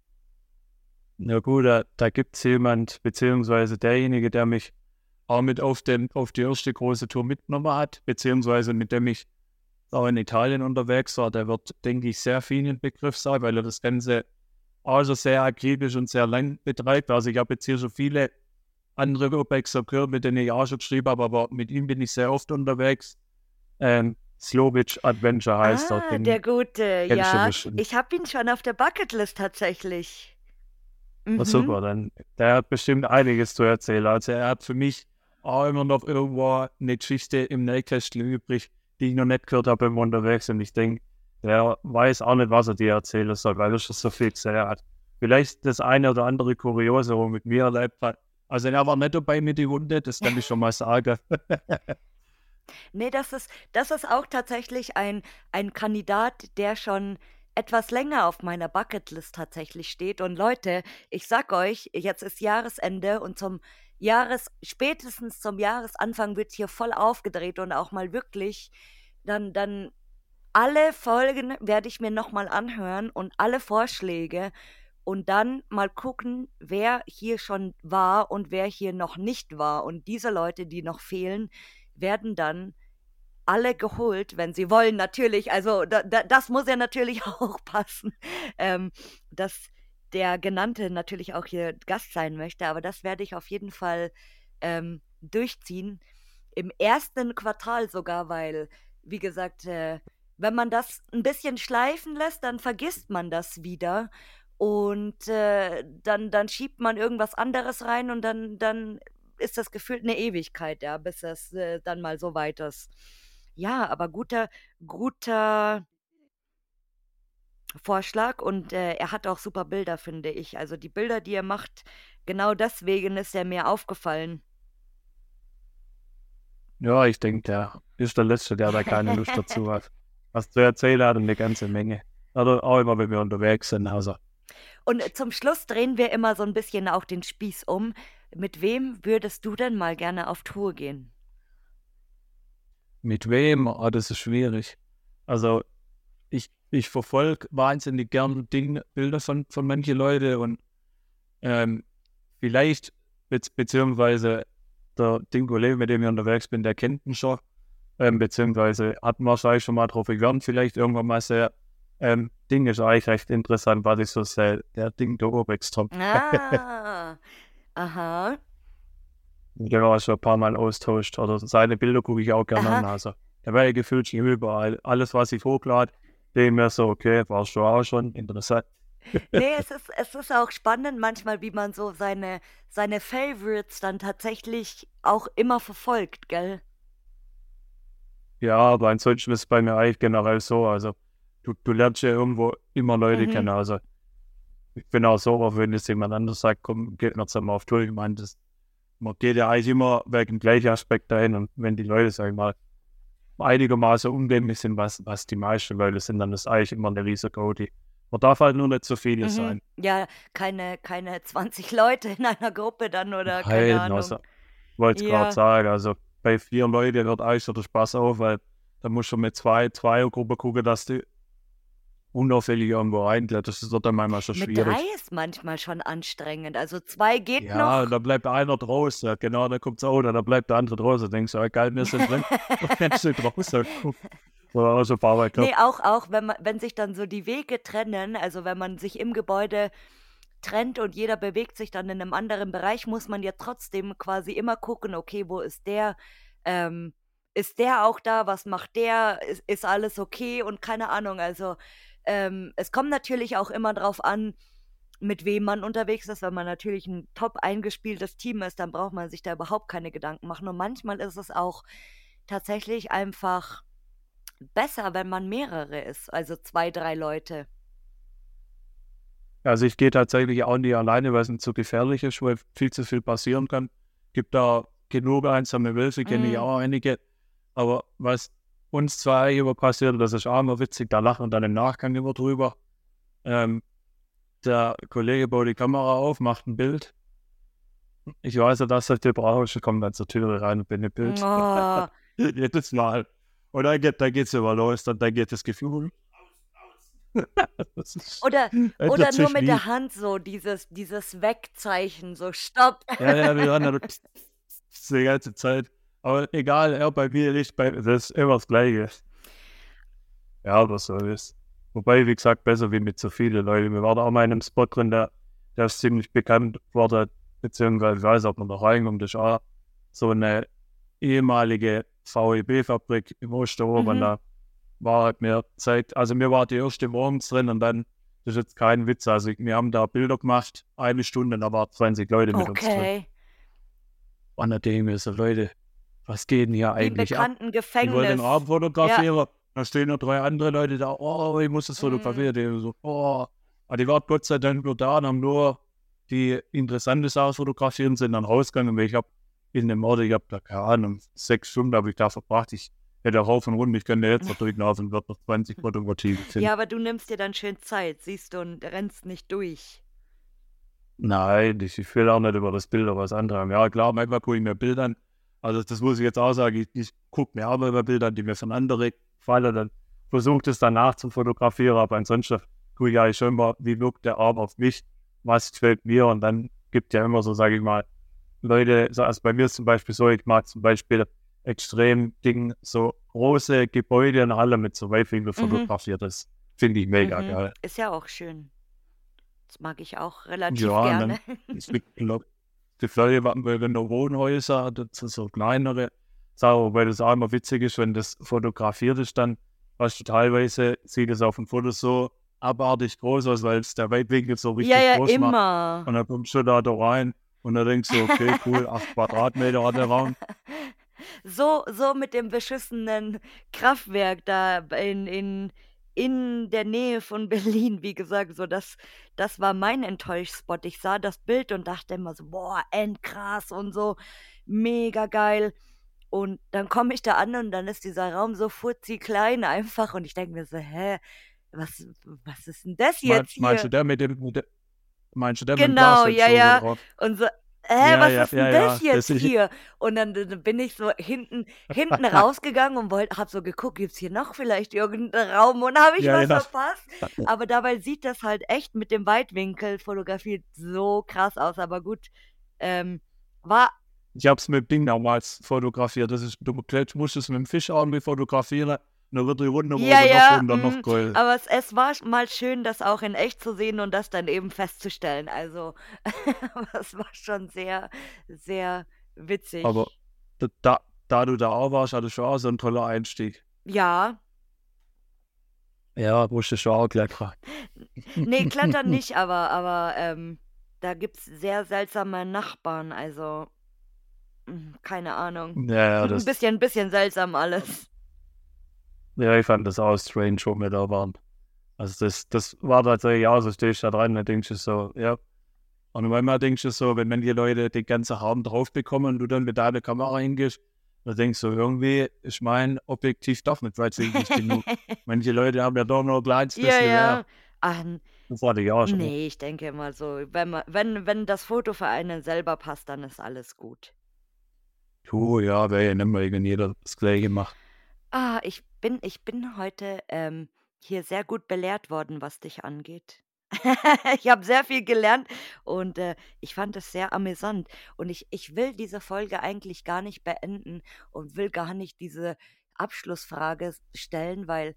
Na gut, da, da gibt es jemand, beziehungsweise derjenige, der mich auch mit auf, den, auf die erste große Tour mitgenommen hat, beziehungsweise mit dem ich auch in Italien unterwegs war, der wird, denke ich, sehr viel in Begriff sein, weil er das Ganze auch schon sehr akribisch und sehr lang betreibt. Also ich habe jetzt hier schon viele andere Urbexer gehört, mit denen ich auch schon geschrieben habe, aber mit ihm bin ich sehr oft unterwegs. Ähm, Slovic Adventure heißt er, Ah, den der Gute, kennst du ja. bestimmt. Ich habe ihn schon auf der Bucketlist tatsächlich. Na Mhm. super, dann der hat bestimmt einiges zu erzählen. Also er hat für mich auch immer noch irgendwo eine Geschichte im Nähkästchen übrig, die ich noch nicht gehört habe beim Unterwegs. Und ich denke, der weiß auch nicht, was er dir erzählen soll, weil er schon so viel gesehen hat. Vielleicht das eine oder andere Kuriose, wo mit mir erlebt hat. Also er war nicht dabei mit die Hunde, das kann ich schon mal sagen. Nee, das ist, das ist auch tatsächlich ein, ein Kandidat, der schon etwas länger auf meiner Bucketlist tatsächlich steht. Und Leute, ich sag euch, jetzt ist Jahresende und zum Jahres, spätestens zum Jahresanfang wird hier voll aufgedreht und auch mal wirklich, dann, dann alle Folgen werde ich mir nochmal anhören und alle Vorschläge und dann mal gucken, wer hier schon war und wer hier noch nicht war. Und diese Leute, die noch fehlen, werden dann alle geholt, wenn sie wollen, natürlich. Also da, da, das muss ja natürlich auch passen, ähm, dass der Genannte natürlich auch hier Gast sein möchte. Aber das werde ich auf jeden Fall ähm, durchziehen. Im ersten Quartal sogar, weil, wie gesagt, äh, wenn man das ein bisschen schleifen lässt, dann vergisst man das wieder. Und äh, dann, dann schiebt man irgendwas anderes rein und dann, dann ist das gefühlt eine Ewigkeit, ja, bis es äh, dann mal so weit ist. Ja, aber guter, guter Vorschlag und äh, er hat auch super Bilder, finde ich. Also die Bilder, die er macht, genau deswegen ist er mir aufgefallen. Ja, ich denke, der ist der Letzte, der da keine Lust dazu hat. Was zu erzählen hat, eine ganze Menge. Oder auch immer, wenn wir unterwegs sind. Also Und äh, zum Schluss drehen wir immer so ein bisschen auch den Spieß um. Mit wem würdest du denn mal gerne auf Tour gehen? mit wem? Ah, das ist schwierig. Also ich, ich verfolge wahnsinnig gern Ding, Bilder von, von manchen Leuten und ähm, vielleicht, be beziehungsweise der Dingole, mit dem ich unterwegs bin, der kennt ihn schon, ähm, beziehungsweise hat man wahrscheinlich schon mal drauf gelernt, vielleicht irgendwann mal sehr. Ähm, Ding ist eigentlich recht interessant, was ich so sehe. Der Ding der Urbex Tom. Ah, aha, Der war schon ein paar Mal austauscht. Oder seine Bilder gucke ich auch gerne aha. an. Also, der war ja gefühlt schon überall. Alles, was ich hochlade, denke mir so, okay, war schon auch schon interessant. Nee, es ist, es ist auch spannend manchmal, wie man so seine, seine Favorites dann tatsächlich auch immer verfolgt, gell? Ja, aber ansonsten ist es bei mir eigentlich generell so. Also, du, du lernst ja irgendwo immer Leute Mhm. kennen. Also, ich bin auch so, auch wenn jetzt jemand anders sagt, komm, geht noch zusammen auf Tour. Ich meine, das, man geht ja eigentlich immer wegen dem gleichen Aspekt dahin. Und wenn die Leute, sag ich mal, einigermaßen umgänglich sind, was, was die meisten Leute sind, dann ist eigentlich immer eine Risiko. Die, man darf halt nur nicht zu viele Mhm. sein. Ja, keine, keine zwanzig Leute in einer Gruppe dann oder keine Nein, Ahnung. also, wollte ich gerade Ja, sagen, also bei vier Leuten hört eigentlich schon der Spaß auf, weil da musst du mit zwei Zweiergruppen gucken, dass du unauffällig irgendwo reinkletterst. Das wird dann manchmal schon mit drei schwierig. ist manchmal schon anstrengend. Also zwei geht Ja, noch. und da bleibt einer draußen, genau, da kommt's auch, da bleibt der andere draußen. Da denkst du, egal, wir sind drin, wir sind draußen. Oder auch so ein paar Mal Nee, gehabt. auch, auch, wenn man, wenn sich dann so die Wege trennen, also wenn man sich im Gebäude trennt und jeder bewegt sich dann in einem anderen Bereich, muss man ja trotzdem quasi immer gucken, okay, wo ist der? Ähm, ist der auch da? Was macht der? Ist, ist alles okay? Und keine Ahnung. Also ähm, es kommt natürlich auch immer drauf an, mit wem man unterwegs ist. Wenn man natürlich ein top eingespieltes Team ist, dann braucht man sich da überhaupt keine Gedanken machen. Und manchmal ist es auch tatsächlich einfach besser, wenn man mehrere ist, also zwei, drei Leute. Also ich gehe tatsächlich auch nie alleine, weil es nicht so gefährlich ist, weil viel zu viel passieren kann. Gibt da genug einsame Wölfe, kenne ich Mm. auch einige. Aber was uns zwei immer passiert, das ist auch immer witzig, da lachen wir dann im Nachgang immer drüber. Ähm, der Kollege baut die Kamera auf, macht ein Bild. Ich weiß ja, dass das der brauchst, kommt dann zur Tür rein und bin ein Bild. Oh. Jedes Mal. Und dann geht dann geht's immer los, dann, dann geht das Gefühl. Das ist, Oder, ändert oder nur sich mit nie. der Hand so, dieses, dieses Wegzeichen, so Stopp. Ja, ja, wir haben dann die ganze Zeit. Aber egal, er bei mir nicht, bei, das ist immer das Gleiche. Ja, aber so ist. Wobei, wie gesagt, besser wie mit so vielen Leuten. Wir waren auch mal in einem Spot drin, der, der ist ziemlich bekannt geworden, beziehungsweise ich weiß, ob man da reinkommt, das ist auch so eine ehemalige V E B-Fabrik im Osterhof. Mhm. Da war halt mehr Zeit, also mir war die erste morgens drin und dann, das ist jetzt kein Witz, also wir haben da Bilder gemacht, eine Stunde, da waren zwanzig Leute mit uns drin. Okay. Und da denke ich mir so, Leute, was geht denn hier Wie im eigentlich ab? bekannten Ich wollte den Gefängnis. Abend Ja. fotografieren, da stehen noch drei andere Leute da, oh, ich muss das Mm. fotografieren. Die so, oh. Aber die waren Gott sei Dank nur da und haben nur die interessante Sachen fotografiert und sind dann rausgegangen, weil ich habe in dem Ort, ich habe da, keine Ahnung, sechs Stunden habe ich da verbracht. Ich hätte rauf und runter, ich könnte jetzt noch durchlaufen und würde noch zwanzig fotografieren finden. Ja, aber du nimmst dir dann schön Zeit, siehst du, und rennst nicht durch. Nein, ich, ich will auch nicht über das Bild oder was anderes haben. Ja, klar, manchmal gucke ich mir Bilder an. Also das muss ich jetzt auch sagen, ich, ich gucke mir auch mal über Bilder an, die mir von anderen gefallen. Dann versuche es danach zu fotografieren, aber ansonsten gucke ich ja schon mal, wie wirkt der Arm auf mich, was gefällt mir und dann gibt ja immer so, sage ich mal, Leute, so, also bei mir ist zum Beispiel so, ich mag zum Beispiel extrem Ding, so große Gebäude in Halle mit so Weitwinkel Mhm. fotografiert, das finde ich mega Mhm. geil. Ist ja auch schön. Das mag ich auch relativ Ja, und gerne. dann ist wirklich, glaub, die Leute, wenn du Wohnhäuser, das sind so kleinere Sachen, weil das auch immer witzig ist, wenn das fotografiert ist, dann weißt du, teilweise sieht es auf dem Foto so abartig groß aus, weil es der Weitwinkel so Ja, richtig ja, groß macht. immer. Und dann kommst du da, da rein und dann denkst du, okay, cool, acht Quadratmeter hat der Raum. So, so mit dem beschissenen Kraftwerk da in, in, in der Nähe von Berlin, wie gesagt, so das, das war mein Enttäuschspot. Ich sah das Bild und dachte immer so, boah, endkrass und so, mega geil. Und dann komme ich da an und dann ist dieser Raum so futzi klein einfach und ich denke mir so, hä, was, was ist denn das Mein, jetzt meinst du hier? der mit dem, mit dem meinst du der mit dem Genau, ja, Glassensover ja. drauf? Und so, hä, Ja, was ja, ist ja, denn ja, das das jetzt ist, hier? Und dann, dann bin ich so hinten, hinten rausgegangen und wollte, hab so geguckt, gibt's hier noch vielleicht irgendeinen Raum und habe ich ja, was ja. verpasst? Aber dabei sieht das halt echt mit dem Weitwinkel fotografiert so krass aus. Aber gut, ähm, war, Ich habe es mit Ding damals fotografiert. Das ist, du musst es mit dem Fischaugen fotografieren, dann wird die Runde ja, oben noch ja, und dann noch mm, größer. aber es, es war mal schön, das auch in echt zu sehen und das dann eben festzustellen. Also, das war schon sehr, sehr witzig. Aber da, da, da du da auch warst, hattest du auch so einen tollen Einstieg. Ja, Ja, musst du schon auch gleich rein. nee, klettern nicht, aber, aber ähm, da gibt's sehr seltsame Nachbarn, also mm, keine Ahnung. Ja, ja, Ein das, bisschen, bisschen seltsam alles. ja, ich fand das auch strange, wo wir da waren. Also das, das war tatsächlich auch so, stehst da dran, dann denkst du so, ja. Und manchmal denkst du so, wenn, wenn die Leute den ganzen Abend drauf bekommen und du dann mit deiner Kamera hingehst, dann denkst du irgendwie, ich mein Objektiv doch nicht weitwinklig genug. Manche Leute haben ja doch nur ein kleines Ja, bisschen ja. mehr. Ach, n- Das war die auch schon. nee, ich denke immer so, wenn man, wenn, wenn das Foto für einen selber passt, dann ist alles gut. Du, ja, wäre ja nicht mehr, wenn jeder das Gleiche macht. Ah, ich bin, ich bin heute ähm, hier sehr gut belehrt worden, was dich angeht. Ich habe sehr viel gelernt und äh, ich fand es sehr amüsant. Und ich, ich will diese Folge eigentlich gar nicht beenden und will gar nicht diese Abschlussfrage s- stellen, weil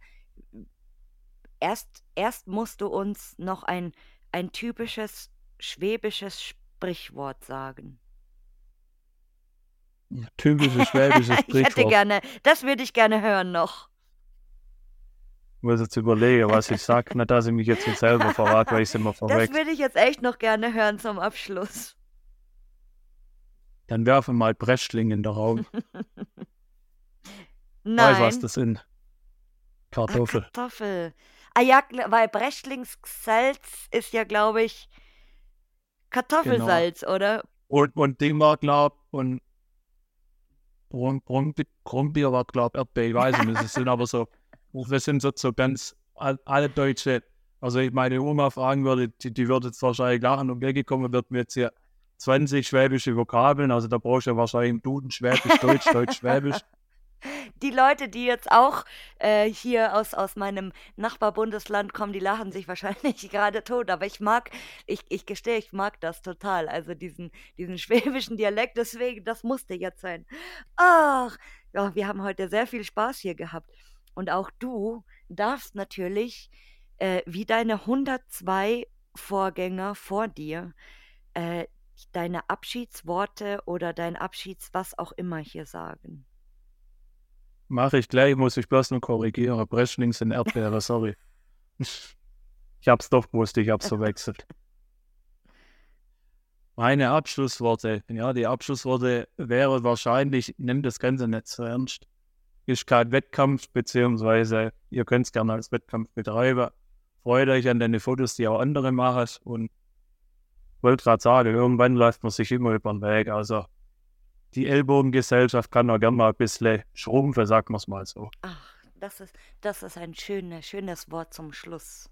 erst, erst musst du uns noch ein, ein typisches schwäbisches Sprichwort sagen. Typisches schwäbisches Ich hätte Sprichwort. gerne, das würde ich gerne hören noch. Ich muss jetzt überlegen, was ich sage. Nicht, dass ich mich jetzt nicht selber verrate, weil ich es immer Das verwechsel. würde ich jetzt echt noch gerne hören zum Abschluss. Dann werfen mal Breschling in den Raum. Nein. Weißt was das sind? Ah, Kartoffel. Kartoffel. Ah ja, gl- weil Breschlingssalz ist ja, glaube ich, Kartoffelsalz, oder? Und, und Ding war, glaub, und Brom- Brombi- Brombier war, glaub, Erdbeer, ich weiß nicht, das sind aber so, das sind so, so ganz al- alle Deutsche, also ich meine Oma fragen würde, die, die würde jetzt wahrscheinlich lachen und weggekommen, wird mir jetzt hier zwanzig schwäbische Vokabeln, also da brauchst du ja wahrscheinlich im Duden Schwäbisch, Deutsch, Deutsch, Schwäbisch. Die Leute, die jetzt auch äh, hier aus, aus meinem Nachbarbundesland kommen, die lachen sich wahrscheinlich gerade tot. Aber ich mag, ich, ich gestehe, ich mag das total. Also diesen, diesen schwäbischen Dialekt, deswegen, das musste jetzt sein. Ach, ja, wir haben heute sehr viel Spaß hier gehabt. Und auch du darfst natürlich, äh, wie deine hundertzwei Vorgänger vor dir, äh, deine Abschiedsworte oder dein Abschieds, was auch immer hier sagen. Mache ich gleich, muss ich bloß noch korrigieren. Breschling sind Erdbeere, sorry. Ich hab's doch gewusst, ich hab's verwechselt. Meine Abschlussworte, ja, die Abschlussworte wäre wahrscheinlich, nimm das Ganze nicht so ernst. Ist kein Wettkampf, beziehungsweise ihr könnt es gerne als Wettkampf betreiben. Freut euch an deine Fotos, die auch andere machen. Und ich wollte gerade sagen, irgendwann läuft man sich immer über den Weg. Also die Ellbogengesellschaft kann auch gerne mal ein bisschen schrumpfen, sagen wir es mal so. Ach, das ist, das ist ein schönes, schönes Wort zum Schluss.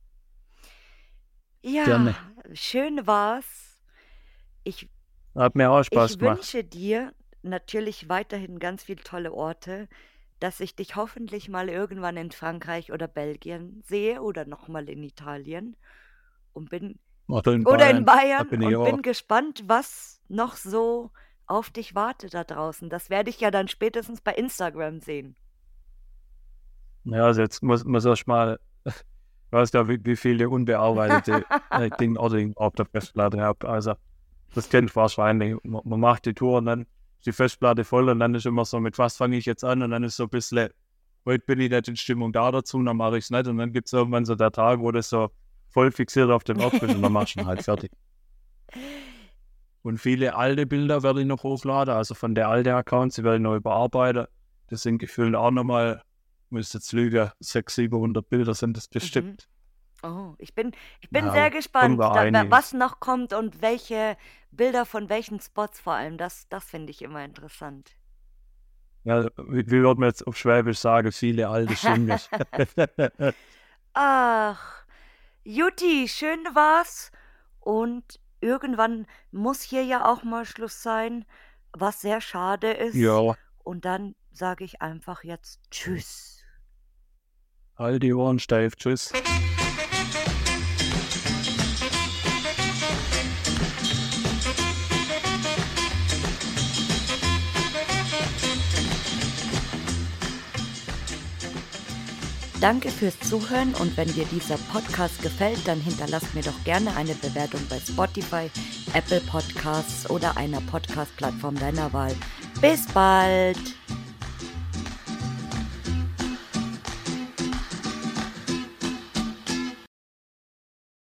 Ja, Gerne. schön war's. Ich, Hat mir auch Spaß ich gemacht. wünsche dir natürlich weiterhin ganz viele tolle Orte, dass ich dich hoffentlich mal irgendwann in Frankreich oder Belgien sehe oder nochmal in Italien und bin Oder in oder in Da Bayern bin ich und auch. bin gespannt, was noch so auf dich wartet da draußen. Das werde ich ja dann spätestens bei Instagram sehen. Ja, also jetzt muss man erst mal, ich weiß ja, wie, wie viele unbearbeitete äh, Dinge oder ich auf der Festplatte habe. Also das kennt wahrscheinlich. Man, man macht die Tour und dann ist die Festplatte voll und dann ist immer so, mit was fange ich jetzt an? Und dann ist so ein bisschen, heute bin ich nicht in Stimmung da dazu, dann mache ich es nicht. Und dann gibt es irgendwann so der Tag, wo das so voll fixiert auf dem Ort bist und dann machst du ihn halt fertig. Und viele alte Bilder werde ich noch hochladen, also von der alten Accounts, die werde ich noch überarbeiten. Das sind gefühlt auch nochmal, ich müsste jetzt lügen, sechshundert, siebenhundert Bilder sind das bestimmt. Oh, ich bin, ich bin Ja, sehr gespannt, kommen wir da, da, einiges. was noch kommt und welche Bilder von welchen Spots vor allem. Das, das finde ich immer interessant. Ja, wie, wie würde man jetzt auf Schwäbisch sagen, viele alte Schimmel. Ach, Jutti, schön war's. Und irgendwann muss hier ja auch mal Schluss sein, was sehr schade ist. Ja, Und dann sage ich einfach jetzt Tschüss. halt die Ohren steif, tschüss. Danke fürs Zuhören und wenn dir dieser Podcast gefällt, dann hinterlasst mir doch gerne eine Bewertung bei Spotify, Apple Podcasts oder einer Podcast-Plattform deiner Wahl. Bis bald!